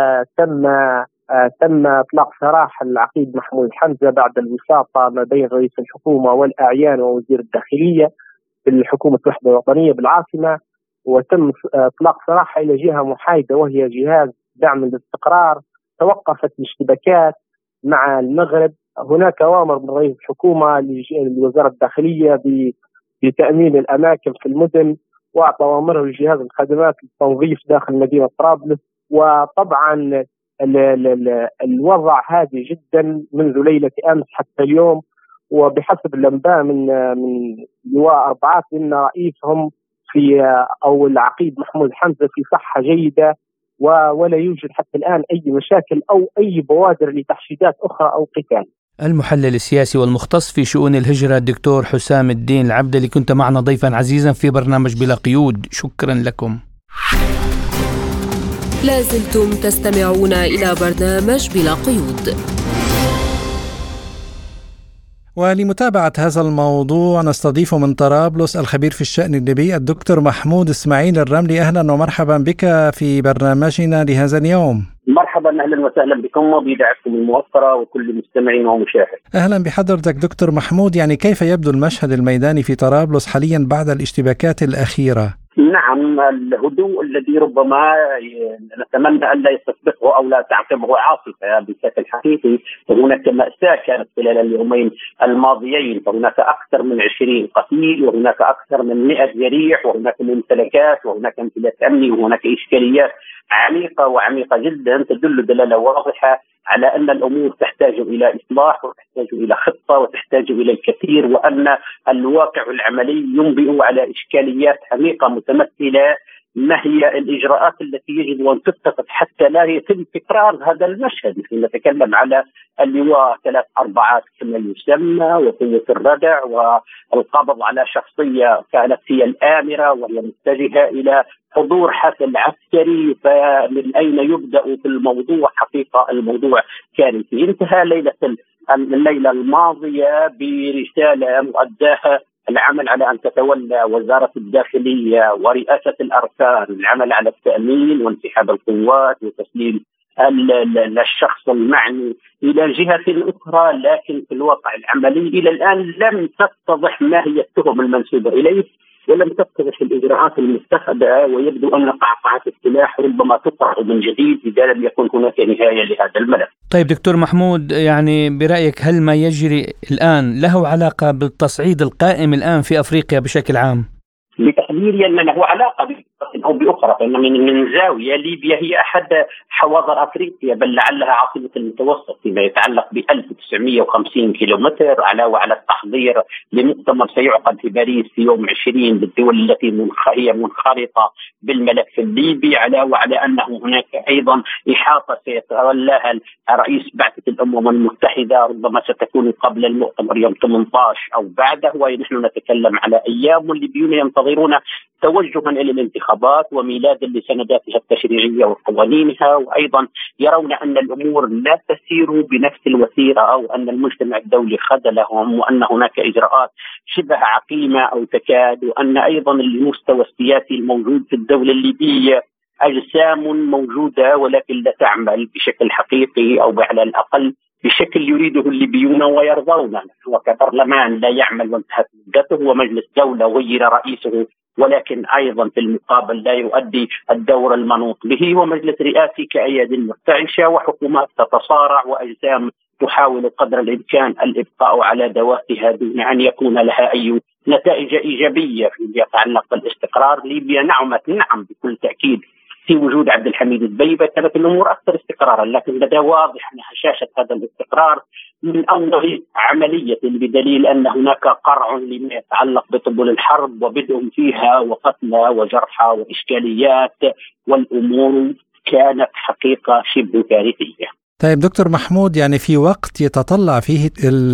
H: تم إطلاق سراح العقيد محمود حمزة بعد الوساطة ما بين رئيس الحكومة والأعيان ووزير الداخلية في حكومة الوحدة الوطنية بالعاصمة، وتم إطلاق سراحها إلى جهة محايدة وهي جهاز دعم الاستقرار. توقفت الاشتباكات مع المغرب. هناك أوامر من رئيس الحكومة لوزارة الداخلية بتأمين الأماكن في المدن، وأعطى أوامره لجهاز الخدمات للتنظيف داخل مدينة طرابلس. وطبعا الوضع هادي جدا منذ ليلة أمس حتى اليوم، وبحسب الأنباء من لواء 4 إن رئيسهم أو العقيد محمود حمزة في صحة جيدة، ولا يوجد حتى الآن أي مشاكل أو أي بوادر لتحشيدات أخرى أو قتال.
D: المحلل السياسي والمختص في شؤون الهجرة الدكتور حسام الدين العبدلي، كنت معنا ضيفا عزيزا في برنامج بلا قيود، شكرا لكم.
A: لازلتم تستمعون إلى برنامج بلا قيود.
C: ولمتابعة هذا الموضوع نستضيف من طرابلس الخبير في الشأن الليبي الدكتور محمود إسماعيل الرملي. أهلا ومرحبا بك في برنامجنا لهذا اليوم.
I: مرحبا، أهلا وسهلا بكم وبإذاعتكم الموفرة وكل مستمعين ومشاهد.
C: أهلا بحضرتك دكتور محمود. يعني كيف يبدو المشهد الميداني في طرابلس حاليا بعد الاشتباكات الأخيرة؟
I: نعم، الهدوء الذي ربما نتمنى أن لا يستسبقه أو لا تعقبه عاصفة بشكل حقيقي. هناك مأساة كانت خلال اليومين الماضيين، فهناك أكثر من 20 قتيل وهناك أكثر من 100 جريح وهناك ممتلكات وهناك امتلاك أمني وهناك إشكاليات عميقة جدا تدل دلالة واضحة على أن الأمور تحتاج إلى إصلاح وتحتاج إلى خطة وتحتاج إلى الكثير، وأن الواقع العملي ينبئ على إشكاليات عميقة متمثلة. ما هي الإجراءات التي يجب أن تتخذ حتى لا يتم تكرار هذا المشهد؟ نتكلم على اللواء 3 4 كما يسمى وقوة الردع والقبض على شخصية كانت هي الآمرة وهي متجهة إلى حضور حفل عسكري. فمن أين يبدأ في الموضوع؟ حقيقة الموضوع كارثي. انتهى الليلة الماضية برسالة مؤداها العمل على أن تتولى وزارة الداخلية ورئاسة الأركان العمل على التأمين وانسحاب القوات وتسليم الشخص المعني إلى جهة أخرى، لكن في الواقع العملي إلى الآن لم تتضح ما هي التهم المنسوبة إليه ولم تتضح الإجراءات المتخذة، ويبدو أن قعقعة السلاح ربما تقرأ من جديد إذا لم يكن هناك نهاية لهذا الملف.
D: طيب دكتور محمود، يعني برأيك هل ما يجري الآن له علاقة بالتصعيد القائم الآن في أفريقيا بشكل عام؟
I: بتقديري أن له علاقة أو بأخرى، فإن من زاوية ليبيا هي أحد حواضر أفريقيا، بل لعلها عاصمة المتوسط فيما يتعلق ب 1950 كيلومتر، علاوة على التحضير لمؤتمر سيعقد في باريس في يوم 20 بالدول التي هي منخرطة بالملف الليبي، علاوة على أنه هناك أيضا إحاطة سيتولاها رئيس بعثة الأمم المتحدة، ربما ستكون قبل المؤتمر يوم 18 أو بعده، ونحن نتكلم على أيام والليبيون ينتظرون توجها إلى الانتخابات وميلادا لسنداتها التشريعية وقوانينها، وأيضا يرون أن الأمور لا تسير بنفس الوتيرة أو أن المجتمع الدولي خذلهم وأن هناك إجراءات شبه عقيمة أو تكاد، وأن أيضا المستوى السياسي الموجود في الدولة الليبية أجسام موجودة ولكن لا تعمل بشكل حقيقي أو على الأقل بشكل يريده الليبيون ويرضونه. وكبرلمان لا يعمل وانتهت مدته، ومجلس دولة غير رئيسه ولكن أيضا في المقابل لا يؤدي الدور المنوط به، ومجلس رئاسي كأياد مرتعشة، وحكومات تتصارع، وأجسام تحاول قدر الإمكان الإبقاء على دواتها دون أن يكون لها أي نتائج إيجابية فيما يتعلق بالاستقرار. ليبيا نعمت نعم بكل تأكيد في وجود عبد الحميد الدبيبة كانت الأمور أكثر استقرارا، لكن بدا واضح أن هشاشة هذا الاستقرار من أول عملية، بدليل أن هناك قرع لما يتعلق بطبول الحرب وبدء فيها وقتلى وجرحى وإشكاليات، والأمور كانت حقيقة شبه كارثية.
C: طيب دكتور محمود، يعني في وقت يتطلع فيه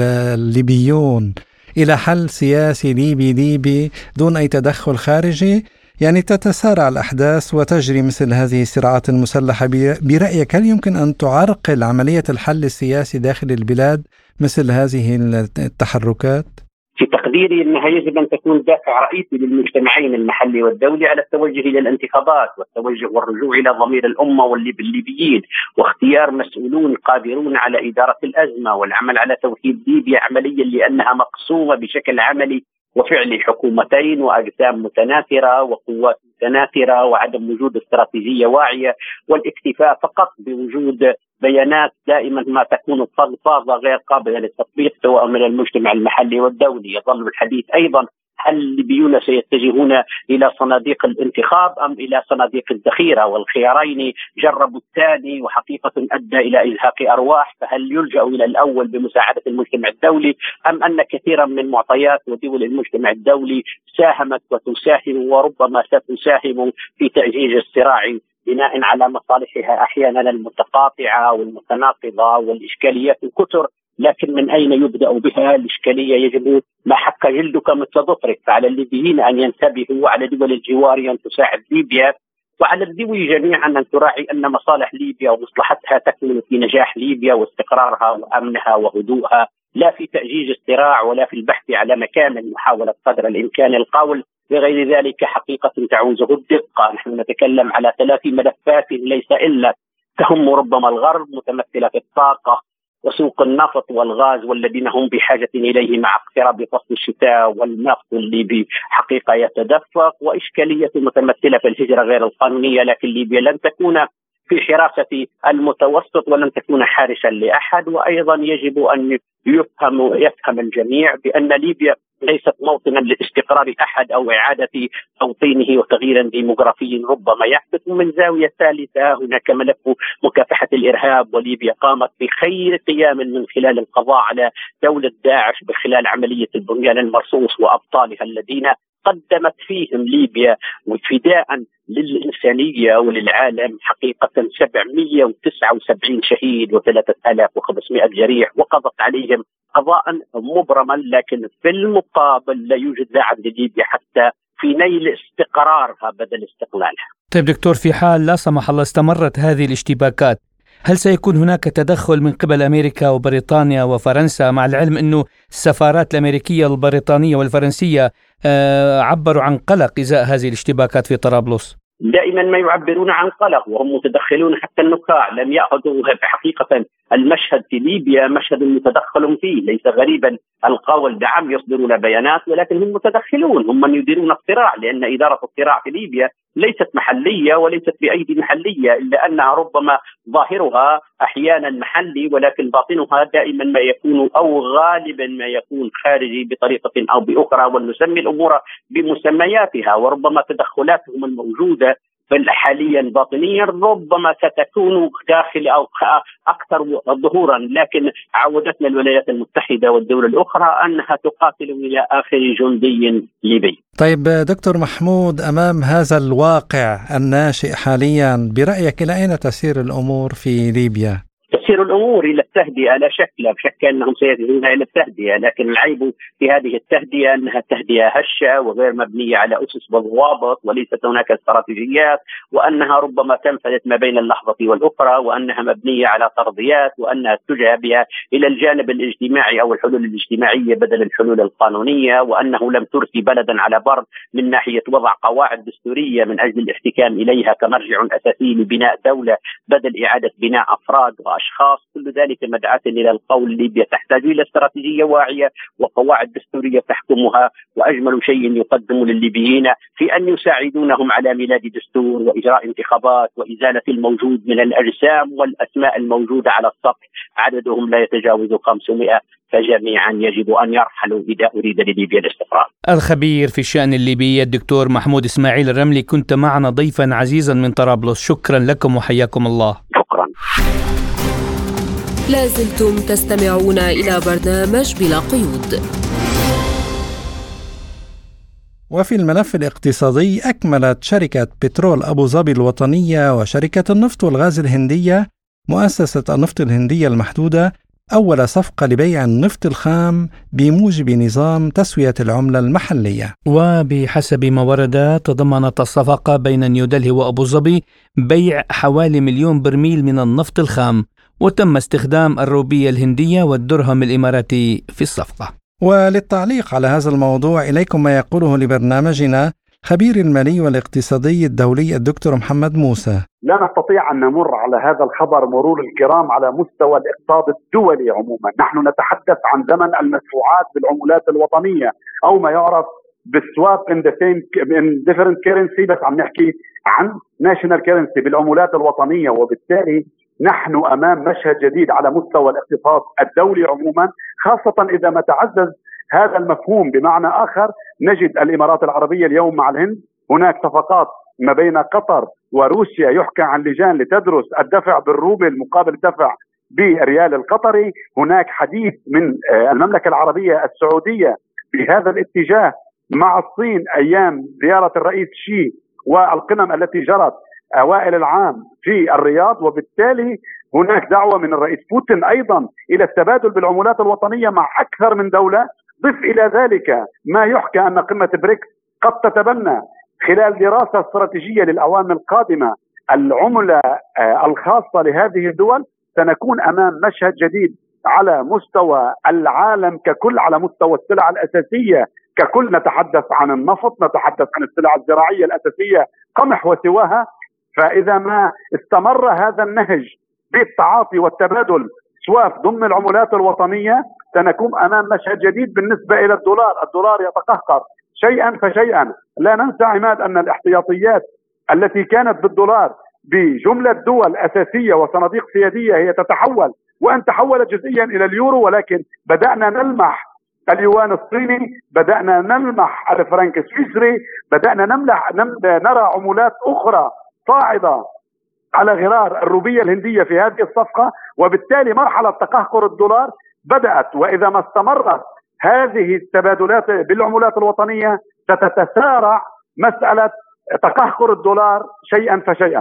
C: الليبيون إلى حل سياسي ليبي دون أي تدخل خارجي، يعني تتسارع الأحداث وتجري مثل هذه الصراعات المسلحة، برأيك هل يمكن أن تعرقل عملية الحل السياسي داخل البلاد مثل هذه التحركات؟
I: في تقديري أنها يجب أن تكون دافع رئيسي للمجتمعين المحلي والدولي على التوجه إلى الانتخابات والتوجه والرجوع إلى ضمير الأمة والليبيين، واختيار مسؤولون قادرون على إدارة الأزمة والعمل على توحيد ليبيا عمليا، لأنها مقسومة بشكل عملي وفعلي، حكومتين وأجسام متناثرة وقوات متناثرة، وعدم وجود استراتيجية واعية، والاكتفاء فقط بوجود بيانات دائما ما تكون فضفاضة غير قابلة للتطبيق سواء من المجتمع المحلي والدولي. يظل الحديث أيضا هل الليبيون سيتجهون إلى صناديق الانتخاب أم إلى صناديق الذخيرة؟ والخيارين جربوا الثاني وحقيقة أدى إلى إزهاق أرواح، فهل يلجأ إلى الأول بمساعدة المجتمع الدولي، أم أن كثيرا من معطيات ودول المجتمع الدولي ساهمت وتساهم وربما ستساهم في تأجيج الصراع بناء على مصالحها أحيانا المتقاطعة والمتناقضة والإشكاليات الكثر، لكن من أين يبدأ بها؟ الإشكالية يجب ما حك جلدك مثل ظفرك، فعلى الليبيين أن ينتبهوا وعلى دول الجوار أن تساعد ليبيا، وعلى الدول جميعا أن تراعي أن مصالح ليبيا ومصلحتها تكمن في نجاح ليبيا واستقرارها وأمنها وهدوءها، لا في تأجيج الصراع ولا في البحث على مكان محاولة قدر الإمكان القول بغير ذلك حقيقة تعوزه الدقة. نحن نتكلم على 3 ملفات ليس إلا تهم ربما الغرب، متمثلة في الطاقة وسوق النفط والغاز، والذين هم بحاجة إليه مع اقتراب فصل الشتاء، والنفط الليبي حقيقة يتدفق، وإشكالية متمثلة في الهجرة غير القانونية. لكن ليبيا لن تكون في حراسة المتوسط ولن تكون حارسا لأحد. وأيضا يجب أن يفهم الجميع بأن ليبيا ليست موطنا لاستقرار أحد أو إعادة توطينه وتغيير ديموغرافي ربما يحدث. من زاوية ثالثة هناك ملف مكافحة الإرهاب، وليبيا قامت بخير قيام من خلال القضاء على دولة داعش بخلال عملية البنيان المرصوص وأبطالها الذين قدمت فيهم ليبيا وفداء للإنسانية وللعالم حقيقة 779 شهيد و3500 جريح، وقضت عليهم قضاء مبرما، لكن في المقابل لا يوجد داعم لليبيا حتى في نيل استقرارها بدل استقلالها.
D: طيب دكتور، في حال لا سمح الله استمرت هذه الاشتباكات، هل سيكون هناك تدخل من قبل أمريكا وبريطانيا وفرنسا، مع العلم أنه السفارات الأمريكية البريطانية والفرنسية عبروا عن قلق إزاء هذه الاشتباكات في طرابلس؟
I: دائما ما يعبرون عن قلق وهم متدخلون، حتى النخاع لم يأخذوا حقيقة المشهد في ليبيا مشهد متدخل فيه. ليس غريبا القول دعم يصدرون بيانات، ولكن هم متدخلون، هم من يديرون الصراع، لأن إدارة الصراع في ليبيا ليست محلية وليست بأيدي محلية، إلا أنها ربما ظاهرها أحيانا محلي ولكن باطنها دائما ما يكون أو غالبا ما يكون خارجي بطريقة أو بأخرى، ونسمي الأمور بمسمياتها. وربما تدخلاتهم الموجودة حاليا باطنيا ربما ستكون داخل أو أكثر ظهورا، لكن عودتنا الولايات المتحدة والدول الأخرى أنها تقاتل إلى آخر جندي ليبي.
C: طيب دكتور محمود، أمام هذا الواقع الناشئ حاليا برأيك إلى أين تسير الأمور في ليبيا؟
I: تسير الأمور إلى التهدئة، لا شك أنهم سيذهبون إلى التهدئة، لكن العيب في هذه التهدئة أنها تهدئة هشة وغير مبنية على أسس وضوابط، وليست هناك استراتيجيات، وأنها ربما تنفلت ما بين اللحظة والأخرى، وأنها مبنية على فرضيات، وأنها اتجه بها إلى الجانب الاجتماعي أو الحلول الاجتماعية بدل الحلول القانونية، وأنه لم ترسي بلدا على بر من ناحية وضع قواعد دستورية من أجل الاحتكام إليها كمرجع أساسي لبناء دولة بدل إعادة بناء أفراد وأشخاص الاشخاص، كل ذلك مدعاة الى القول ليبيا تحتاج الى استراتيجيه واعيه وقواعد دستوريه تحكمها، واجمل شيء يقدم للليبيين في ان يساعدونهم على ميلاد دستور واجراء انتخابات وازاله الموجود من الاجسام والاسماء الموجوده على السطح، عددهم لا يتجاوز 500، فجميعا يجب ان يرحلوا اذا اريد لليبيا الاستقرار.
D: الخبير في الشأن الليبي الدكتور محمود إسماعيل الرملي، كنت معنا ضيفا عزيزا من طرابلس، شكرا لكم وحياكم الله.
I: شكرا.
A: لازلتم تستمعون إلى برنامج بلا قيود.
C: وفي الملف الاقتصادي، أكملت شركة بترول أبو ظبي الوطنية وشركة النفط والغاز الهندية مؤسسة النفط الهندية المحدودة أول صفقة لبيع النفط الخام بموجب نظام تسوية العملة المحلية.
D: وبحسب ما ورد، تضمنت الصفقة بين نيودلهي وأبو ظبي بيع حوالي 1,000,000 برميل من النفط الخام، وتم استخدام الروبية الهندية والدرهم الإماراتي في الصفقة.
C: وللتعليق على هذا الموضوع إليكم ما يقوله لبرنامجنا خبير المالي والاقتصادي الدولي الدكتور محمد موسى.
J: لا نستطيع أن نمر على هذا الخبر مرور الكرام على مستوى الاقتصاد الدولي عموما. نحن نتحدث عن زمن المدفوعات بالعملات الوطنية أو ما يعرف بالسواب in different currency، بس عم نحكي عن national currency بالعملات الوطنية، وبالتالي نحن أمام مشهد جديد على مستوى الاقتصاد الدولي عموما، خاصة إذا ما تعزز هذا المفهوم. بمعنى آخر، نجد الإمارات العربية اليوم مع الهند، هناك صفقات ما بين قطر وروسيا، يحكى عن لجان لتدرس الدفع بالروبل مقابل الدفع بالريال القطري. هناك حديث من المملكة العربية السعودية بهذا الاتجاه مع الصين أيام زيارة الرئيس شي والقمم التي جرت أوائل العام في الرياض، وبالتالي هناك دعوة من الرئيس بوتين أيضا إلى التبادل بالعملات الوطنية مع أكثر من دولة. ضف إلى ذلك ما يحكى أن قمة بريكس قد تتبنى خلال دراسة استراتيجية للأعوام القادمة العملة الخاصة لهذه الدول. سنكون أمام مشهد جديد على مستوى العالم ككل، على مستوى السلع الأساسية ككل. نتحدث عن النفط، نتحدث عن السلع الزراعية الأساسية قمح وسواها. فإذا ما استمر هذا النهج بالتعاطي والتبادل سواف ضمن العملات الوطنية، سنكون أمام مشهد جديد بالنسبة إلى الدولار. الدولار يتقهقر شيئا فشيئا. لا ننسى عماد أن الاحتياطيات التي كانت بالدولار بجملة دول أساسية وصناديق سيادية هي تتحول، وأن تحولت جزئيا إلى اليورو، ولكن بدأنا نلمح اليوان الصيني، بدأنا نلمح الفرنك السويسري، بدأنا نرى عملات أخرى صاعدة على غرار الروبية الهندية في هذه الصفقة. وبالتالي مرحلة تقهقر الدولار بدأت، وإذا ما استمرت هذه التبادلات بالعملات الوطنية ستتسارع مسألة تقهقر الدولار شيئا فشيئا.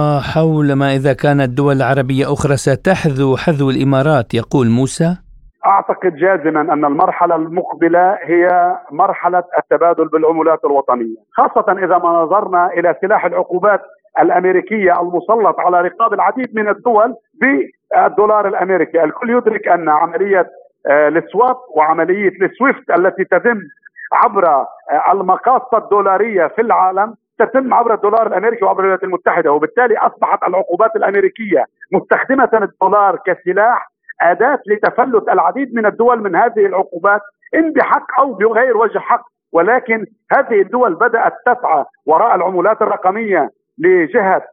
D: وحول ما إذا كانت دول عربية أخرى ستحذو حذو الإمارات، يقول موسى:
J: أعتقد جازما أن المرحلة المقبلة هي مرحلة التبادل بالعملات الوطنية، خاصة إذا ما نظرنا إلى سلاح العقوبات الأمريكية المسلط على رقاب العديد من الدول بالدولار الأمريكي. الكل يدرك أن عملية السواب وعملية السويفت التي تتم عبر المقاصة الدولارية في العالم تتم عبر الدولار الأمريكي وعبر الولايات المتحدة، وبالتالي أصبحت العقوبات الأمريكية مستخدمة الدولار كسلاح أداة لتفلت العديد من الدول من هذه العقوبات، إن بحق أو بغير وجه حق. ولكن هذه الدول بدأت تسعى وراء العملات الرقمية لجهة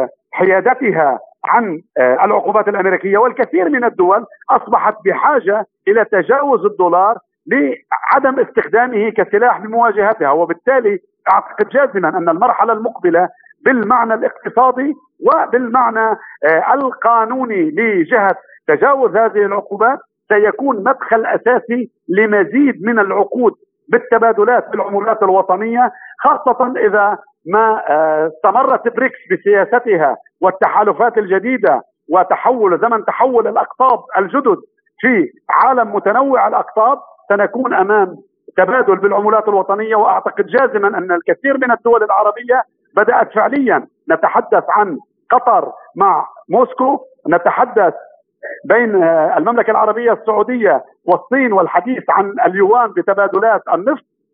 J: حيادتها عن العقوبات الأمريكية، والكثير من الدول أصبحت بحاجة إلى تجاوز الدولار لعدم استخدامه كسلاح لمواجهتها. وبالتالي أعتقد جازما أن المرحلة المقبلة بالمعنى الاقتصادي وبالمعنى القانوني لجهة تجاوز هذه العقوبات سيكون مدخل أساسي لمزيد من العقود بالتبادلات بالعملات الوطنية، خاصة إذا ما استمرت بريكس بسياستها والتحالفات الجديدة وتحول زمن تحول الأقطاب الجدد في عالم متنوع الأقطاب. سنكون أمام تبادل بالعملات الوطنية، وأعتقد جازما أن الكثير من الدول العربية بدأت فعليا. نتحدث عن قطر مع موسكو، نتحدث بين المملكة العربية السعودية والصين والحديث عن اليوان بتبادلات النفط،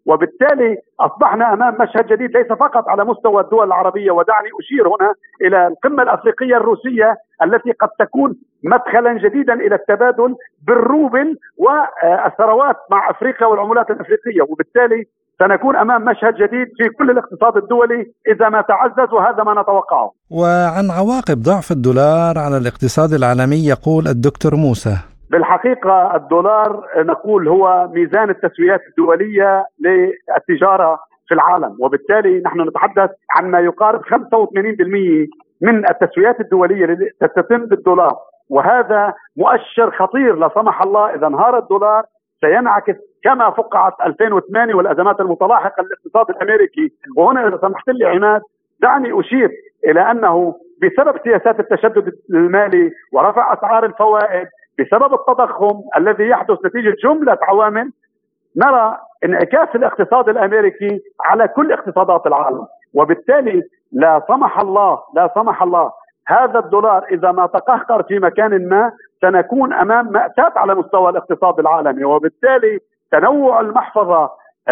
J: وبالتالي أصبحنا أمام مشهد جديد ليس فقط على مستوى الدول العربية. ودعني أشير هنا إلى القمة الأفريقية الروسية التي قد تكون مدخلا جديدا إلى التبادل بالروبل والثروات مع أفريقيا والعملات الأفريقية، وبالتالي سنكون أمام مشهد جديد في كل الاقتصاد الدولي إذا ما تعزز، وهذا ما نتوقعه.
C: وعن عواقب ضعف الدولار على الاقتصاد العالمي يقول الدكتور موسى:
J: بالحقيقة الدولار نقول هو ميزان التسويات الدولية للتجارة في العالم، وبالتالي نحن نتحدث عن ما يقارب 85% من التسويات الدولية التي تتم بالدولار، وهذا مؤشر خطير. لا سمح الله إذا انهار الدولار سينعكس كما فقعت 2008 والأزمات المتلاحقة للاقتصاد الأمريكي. وهنا إذا سمحت لي عماد دعني أشير إلى أنه بسبب سياسات التشدد المالي ورفع أسعار الفوائد بسبب التضخم الذي يحدث نتيجة جملة عوامل، نرى انعكاس الاقتصاد الأمريكي على كل اقتصادات العالم، وبالتالي لا سمح الله هذا الدولار إذا ما تقهقر في مكان ما سنكون أمام مأساة على مستوى الاقتصاد العالمي. وبالتالي تنوع المحفظة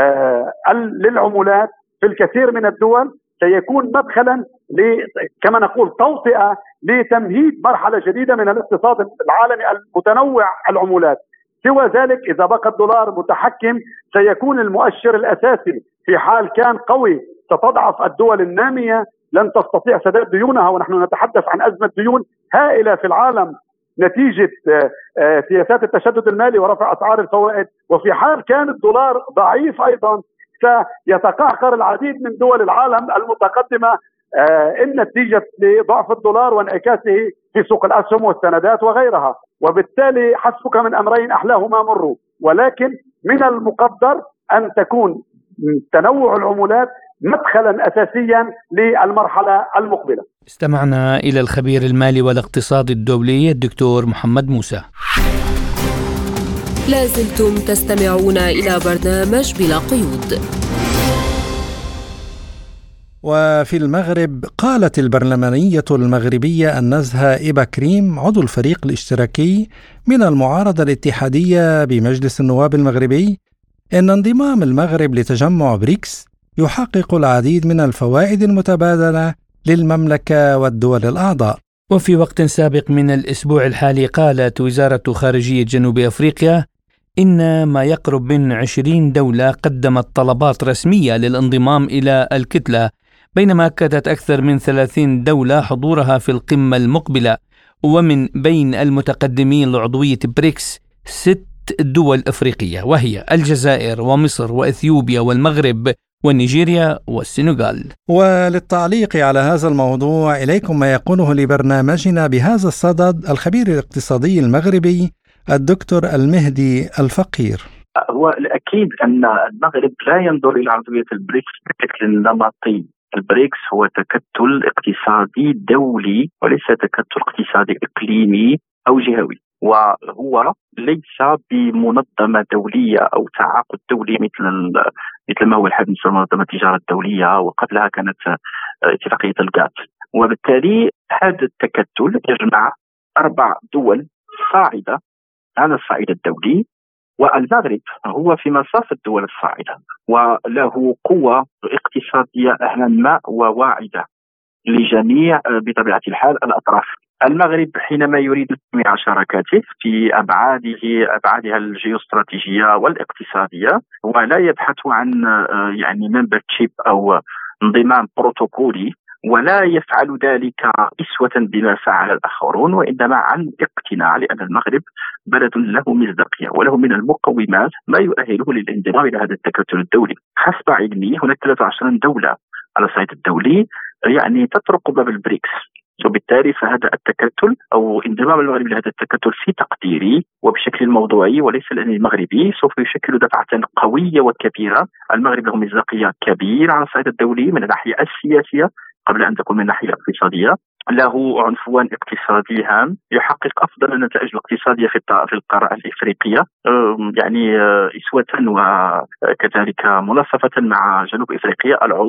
J: للعملات في الكثير من الدول سيكون مدخلا كما نقول توطئة لتمهيد مرحلة جديدة من الاقتصاد العالمي المتنوع العملات. سوى ذلك إذا بقى الدولار متحكم سيكون المؤشر الأساسي في حال كان قوي ستضعف الدول النامية، لن تستطيع سداد ديونها، ونحن نتحدث عن أزمة ديون هائلة في العالم نتيجة سياسات التشدد المالي ورفع أسعار الفوائد. وفي حال كان الدولار ضعيف أيضا سيتقهقر العديد من دول العالم المتقدمة إن نتيجة لضعف الدولار وانعكاسه في سوق الأسهم والسندات وغيرها. وبالتالي حسبك من أمرين أحلاهما مر، ولكن من المقدر أن تكون تنوع العملات مدخلا أساسيا للمرحلة المقبلة.
D: استمعنا إلى الخبير المالي والاقتصادي الدولي الدكتور محمد موسى.
A: لازلتم تستمعون إلى برنامج بلا قيود.
C: وفي المغرب قالت البرلمانية المغربية النزهة إبا كريم عضو الفريق الاشتراكي من المعارضة الاتحادية بمجلس النواب المغربي إن انضمام المغرب لتجمع بريكس يحقق العديد من الفوائد المتبادلة للمملكة والدول الأعضاء.
D: وفي وقت سابق من الأسبوع الحالي قالت وزارة خارجية جنوب أفريقيا إن ما يقرب من 20 دولة قدمت طلبات رسمية للانضمام إلى الكتلة، بينما أكدت أكثر من 30 دولة حضورها في القمة المقبلة. ومن بين المتقدمين لعضوية بريكس 6 دول أفريقية، وهي الجزائر ومصر وإثيوبيا والمغرب ونيجيريا والسنغال.
C: وللتعليق على هذا الموضوع إليكم ما يقوله لبرنامجنا بهذا الصدد الخبير الاقتصادي المغربي الدكتور المهدي الفقير.
K: هو الأكيد أن المغرب لا ينظر إلى عضوية البريكس بشكل نمطي. البريكس هو تكتل اقتصادي دولي وليس تكتل اقتصادي إقليمي أو جهوي، وهو ليس بمنظمة دولية أو تعاقد دولي مثل ما هو الحديث عن منظمة التجارة الدولية، وقبلها كانت اتفاقية الجات. وبالتالي هذا التكتل يجمع 4 دول صاعدة على الصعيد الدولي، والمغرب هو في مصاف الدول الصاعدة وله قوة اقتصادية هامة وواعدة لجميع بطبيعة الحال الأطراف. المغرب حينما يريد تنويع شراكاته في أبعادها الجيوستراتيجية والاقتصادية ولا يبحث عن ممبرشيب أو انضمام بروتوكولي، ولا يفعل ذلك إسوة بما فعل الآخرون، وإنما عن اقتناع، لأن المغرب بلد له مصداقية وله من المقومات ما يؤهله للانضمام إلى هذا التكتل الدولي. حسب علمي هناك 23 دولة على الصعيد الدولي تطرق باب البريكس، وبالتالي فهذا التكتل أو انضمام المغرب لهذا التكتل في تقديري وبشكل موضوعي وليس لأني مغربي سوف يشكل دفعة قوية وكبيرة. المغرب له مصداقية كبيرة على الصعيد الدولي من الناحية السياسية قبل أن تكون من الناحية الاقتصادية، له عنفوان اقتصادي هام يحقق أفضل النتائج الاقتصادية في القارة الإفريقية، أسوة وكذلك مناصفة مع جنوب إفريقيا العضو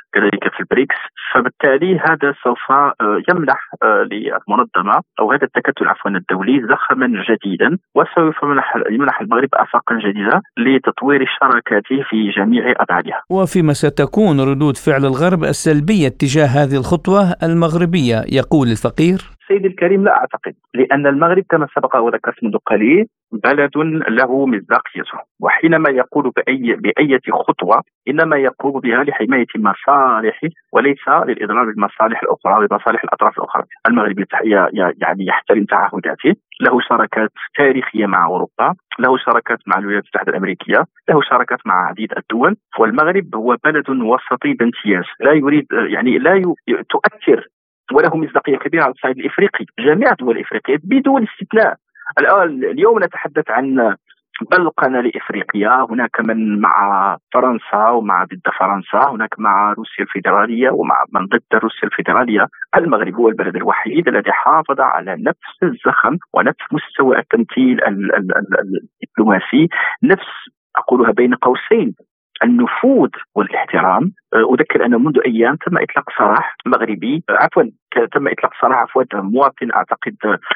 K: كذلك في البريكس. فبالتالي هذا سوف يمنح للمنظمة أو هذا التكتل الدولي زخما جديدا، وسوف يمنح المغرب آفاقا جديدة لتطوير شراكاته في جميع أبعادها.
D: وفيما ستكون ردود فعل الغرب السلبية تجاه هذه الخطوة المغربية، يقول الفقير؟
K: سيدي الكريم، لا أعتقد، لأن المغرب كما سبق وذكرت منذ قليل بلد له مصداقيته، وحينما يقول بأي خطوة إنما يقوم بها لحماية مصالحه وليس للإضرار بالمصالح الأخرى وبمصالح الأطراف الأخرى. المغرب يعني يحترم تعهداته، له شراكات تاريخية مع أوروبا، له شراكات مع الولايات المتحدة الأمريكية، له شراكات مع عديد الدول، والمغرب هو بلد وسطي بامتياز، لا يريد لا تؤثر وله مصداقية كبيرة على الصعيد الإفريقي. جميع الدول الإفريقية بدون استثناء اليوم نتحدث عن بلقنة لإفريقيا، هناك من مع فرنسا ومع ضد فرنسا، هناك مع روسيا الفيدرالية ومع من ضد روسيا الفيدرالية. المغرب هو البلد الوحيد الذي حافظ على نفس الزخم ونفس مستوى التمثيل الدبلوماسي، نفس أقولها بين قوسين النفوذ والاحترام. أذكر أن منذ أيام تم إطلاق سراح مغربي تم إطلاق سراح مواطن أعتقد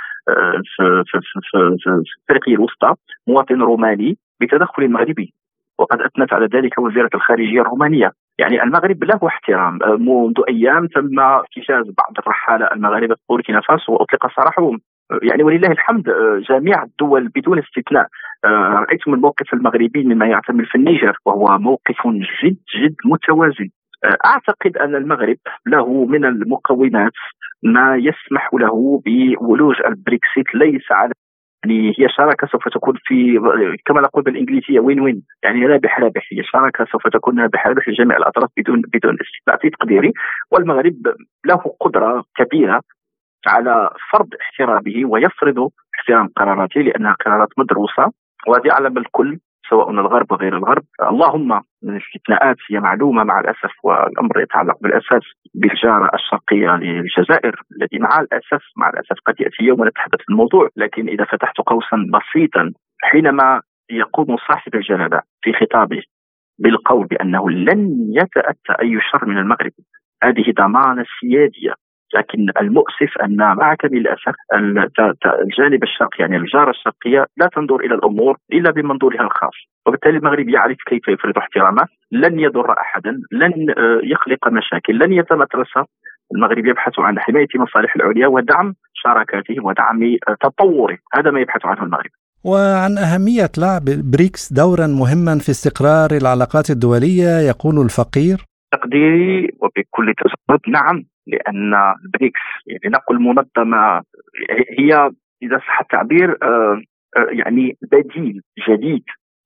K: في أفريقيا الوسطى، مواطن روماني بتدخل مغربي، وقد أثنت على ذلك وزيرة الخارجية الرومانية. يعني المغرب له احترام. منذ أيام تم احتجاز بعض الرحالة المغاربة في بوركينا فاسو وأطلق سراحهم. يعني ولله الحمد جميع الدول بدون استثناء. رأيتم الموقف المغربي مما يعتمد في النيجر، وهو موقف جد متوازن. أعتقد أن المغرب له من المقومات ما يسمح له بولوج البريكسيت، ليس على يعني هي شراكة سوف تكون في كما نقول بالإنجليزية وين وين، يعني رابح رابح. هي شراكة سوف تكون رابح رابح لجميع الأطراف بدون استثناء في تقديري. والمغرب له قدرة كبيرة على فرض احترامه ويفرض احترام قراراته، لأنها قرارات مدروسة وهذه على الكل سواء الغرب وغير الغرب. اللهم من الاستثناءات هي معلومة مع الأسف، والأمر يتعلق بالأساس بالجارة الشرقية للجزائر الذي مع الأسف قد يأتي يوم نتحدث الموضوع. لكن إذا فتحت قوسا بسيطا، حينما يقوم صاحب الجلالة في خطابه بالقول بأنه لن يتأتى أي شر من المغرب، هذه ضمانة سيادية. لكن المؤسف أن مع كامل الأسف الجانب الشرقي يعني الجارة الشرقية لا تنظر إلى الأمور إلا بمنظورها الخاص، وبالتالي المغرب يعرف كيف يفرض احترامه، لن يضر أحدا، لن يخلق مشاكل، لن يتمترس. المغرب يبحث عن حماية مصالح العليا ودعم شراكاته ودعم تطوره، هذا ما يبحث عنه المغرب.
C: وعن أهمية لعب بريكس دورا مهما في استقرار العلاقات الدولية يقول الفقير؟
K: تقديري وبكل تسرد نعم، لأن البريكس يعني نقول منظمة هي إذا صح التعبير يعني بديل جديد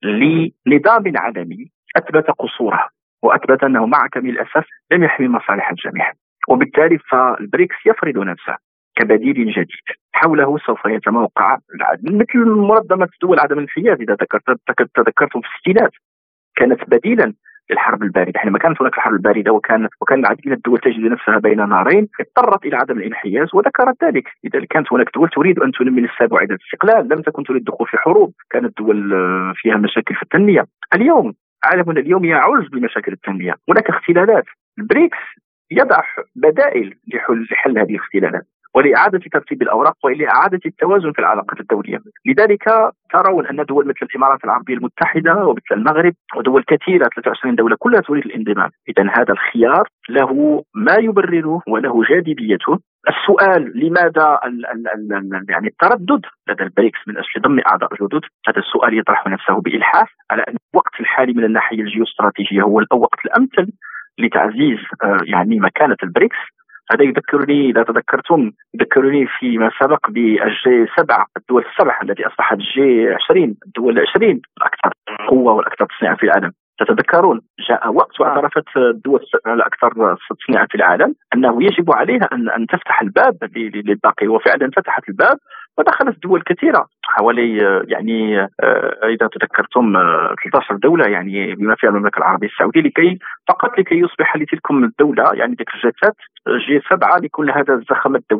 K: لنظام عالمي أثبت قصوره وأثبت أنه مع كامل الأسف لم يحمي مصالح الجميع، وبالتالي فالبريكس يفرض نفسه كبديل جديد. حوله سوف يتموقع مثل منظمة دول عدم الانحياز. إذا تذكرتم في الستينات كانت بديلا للحرب الباردة، حينما كانت هناك الحرب الباردة وكان العديد من الدول تجد نفسها بين نارين، اضطرت إلى عدم الانحياز وذكرت ذلك. لذلك كانت هناك دول تريد أن تنمي نفسها بعيدة الاستقلال، لم تكن تريد الدخول في حروب، كانت دول فيها مشاكل في التنمية. اليوم عالمنا اليوم يعوز بمشاكل التنمية، هناك اختلالات. البريكس يضع بدائل لحل هذه الاختلالات ولإعادة ترتيب الأوراق ولإعادة التوازن في العلاقات الدولية. لذلك ترون أن دول مثل الإمارات العربية المتحدة ومثل المغرب ودول كثيرة 23 دولة كلها تريد الانضمام. إذن هذا الخيار له ما يبرره وله جاذبيته. السؤال لماذا يعني التردد لدى البريكس من أجل ضم أعضاء جدد؟ هذا السؤال يطرح نفسه بإلحاح على أن الوقت الحالي من الناحية الجيوستراتيجية هو الوقت الأمثل لتعزيز يعني مكانة البريكس. هذا يذكرني إذا تذكرتم يذكرني فيما سبق بالجي 7 الدول السبع التي أصبحت جي 20 الدول 20 الأكثر قوة والأكثر تصنيعا في العالم. تتذكرون جاء وقت واعترفت الدول الأكثر تصنيعا في العالم أنه يجب عليها أن تفتح الباب للباقي، وفعلا فتحت الباب ودخلت دول كثيرة حوالي يعني إذا تذكرتم 13 دولة يعني بما فيها المملكة العربية السعودية لكي يصبح لتلكم الدولة يعني ذيك الجسات جي 7 لكل هذا الزخم الدولي.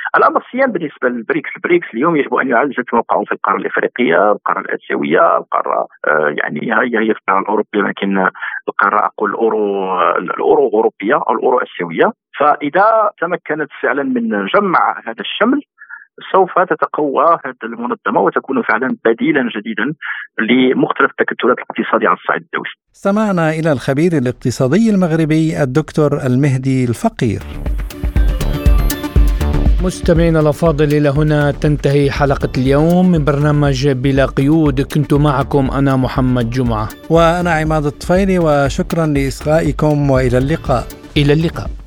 K: الأمر الثاني بالنسبة للبريكس، البريكس اليوم يجب أن يعزز موقعه في القارة الإفريقية، القارة الآسيوية، القارة يعني هي في القارة الأوروبية، لكن القارة أقول الأورو أوروبية أو الأورو آسيوية. فإذا تمكنت فعلا من جمع هذا الشمل سوف تتقوى هذه المنظمة وتكون فعلا بديلا جديدا لمختلف التكتلات الاقتصادية على الصعيد الدولي.
C: استمعنا إلى الخبير الاقتصادي المغربي الدكتور المهدي الفقير.
D: مستمعينا الأفاضل، إلى هنا تنتهي حلقة اليوم من برنامج بلا قيود. كنت معكم أنا محمد جمعة
C: وأنا عماد الطفيلي، وشكرا لإصغائكم وإلى اللقاء.
D: إلى اللقاء.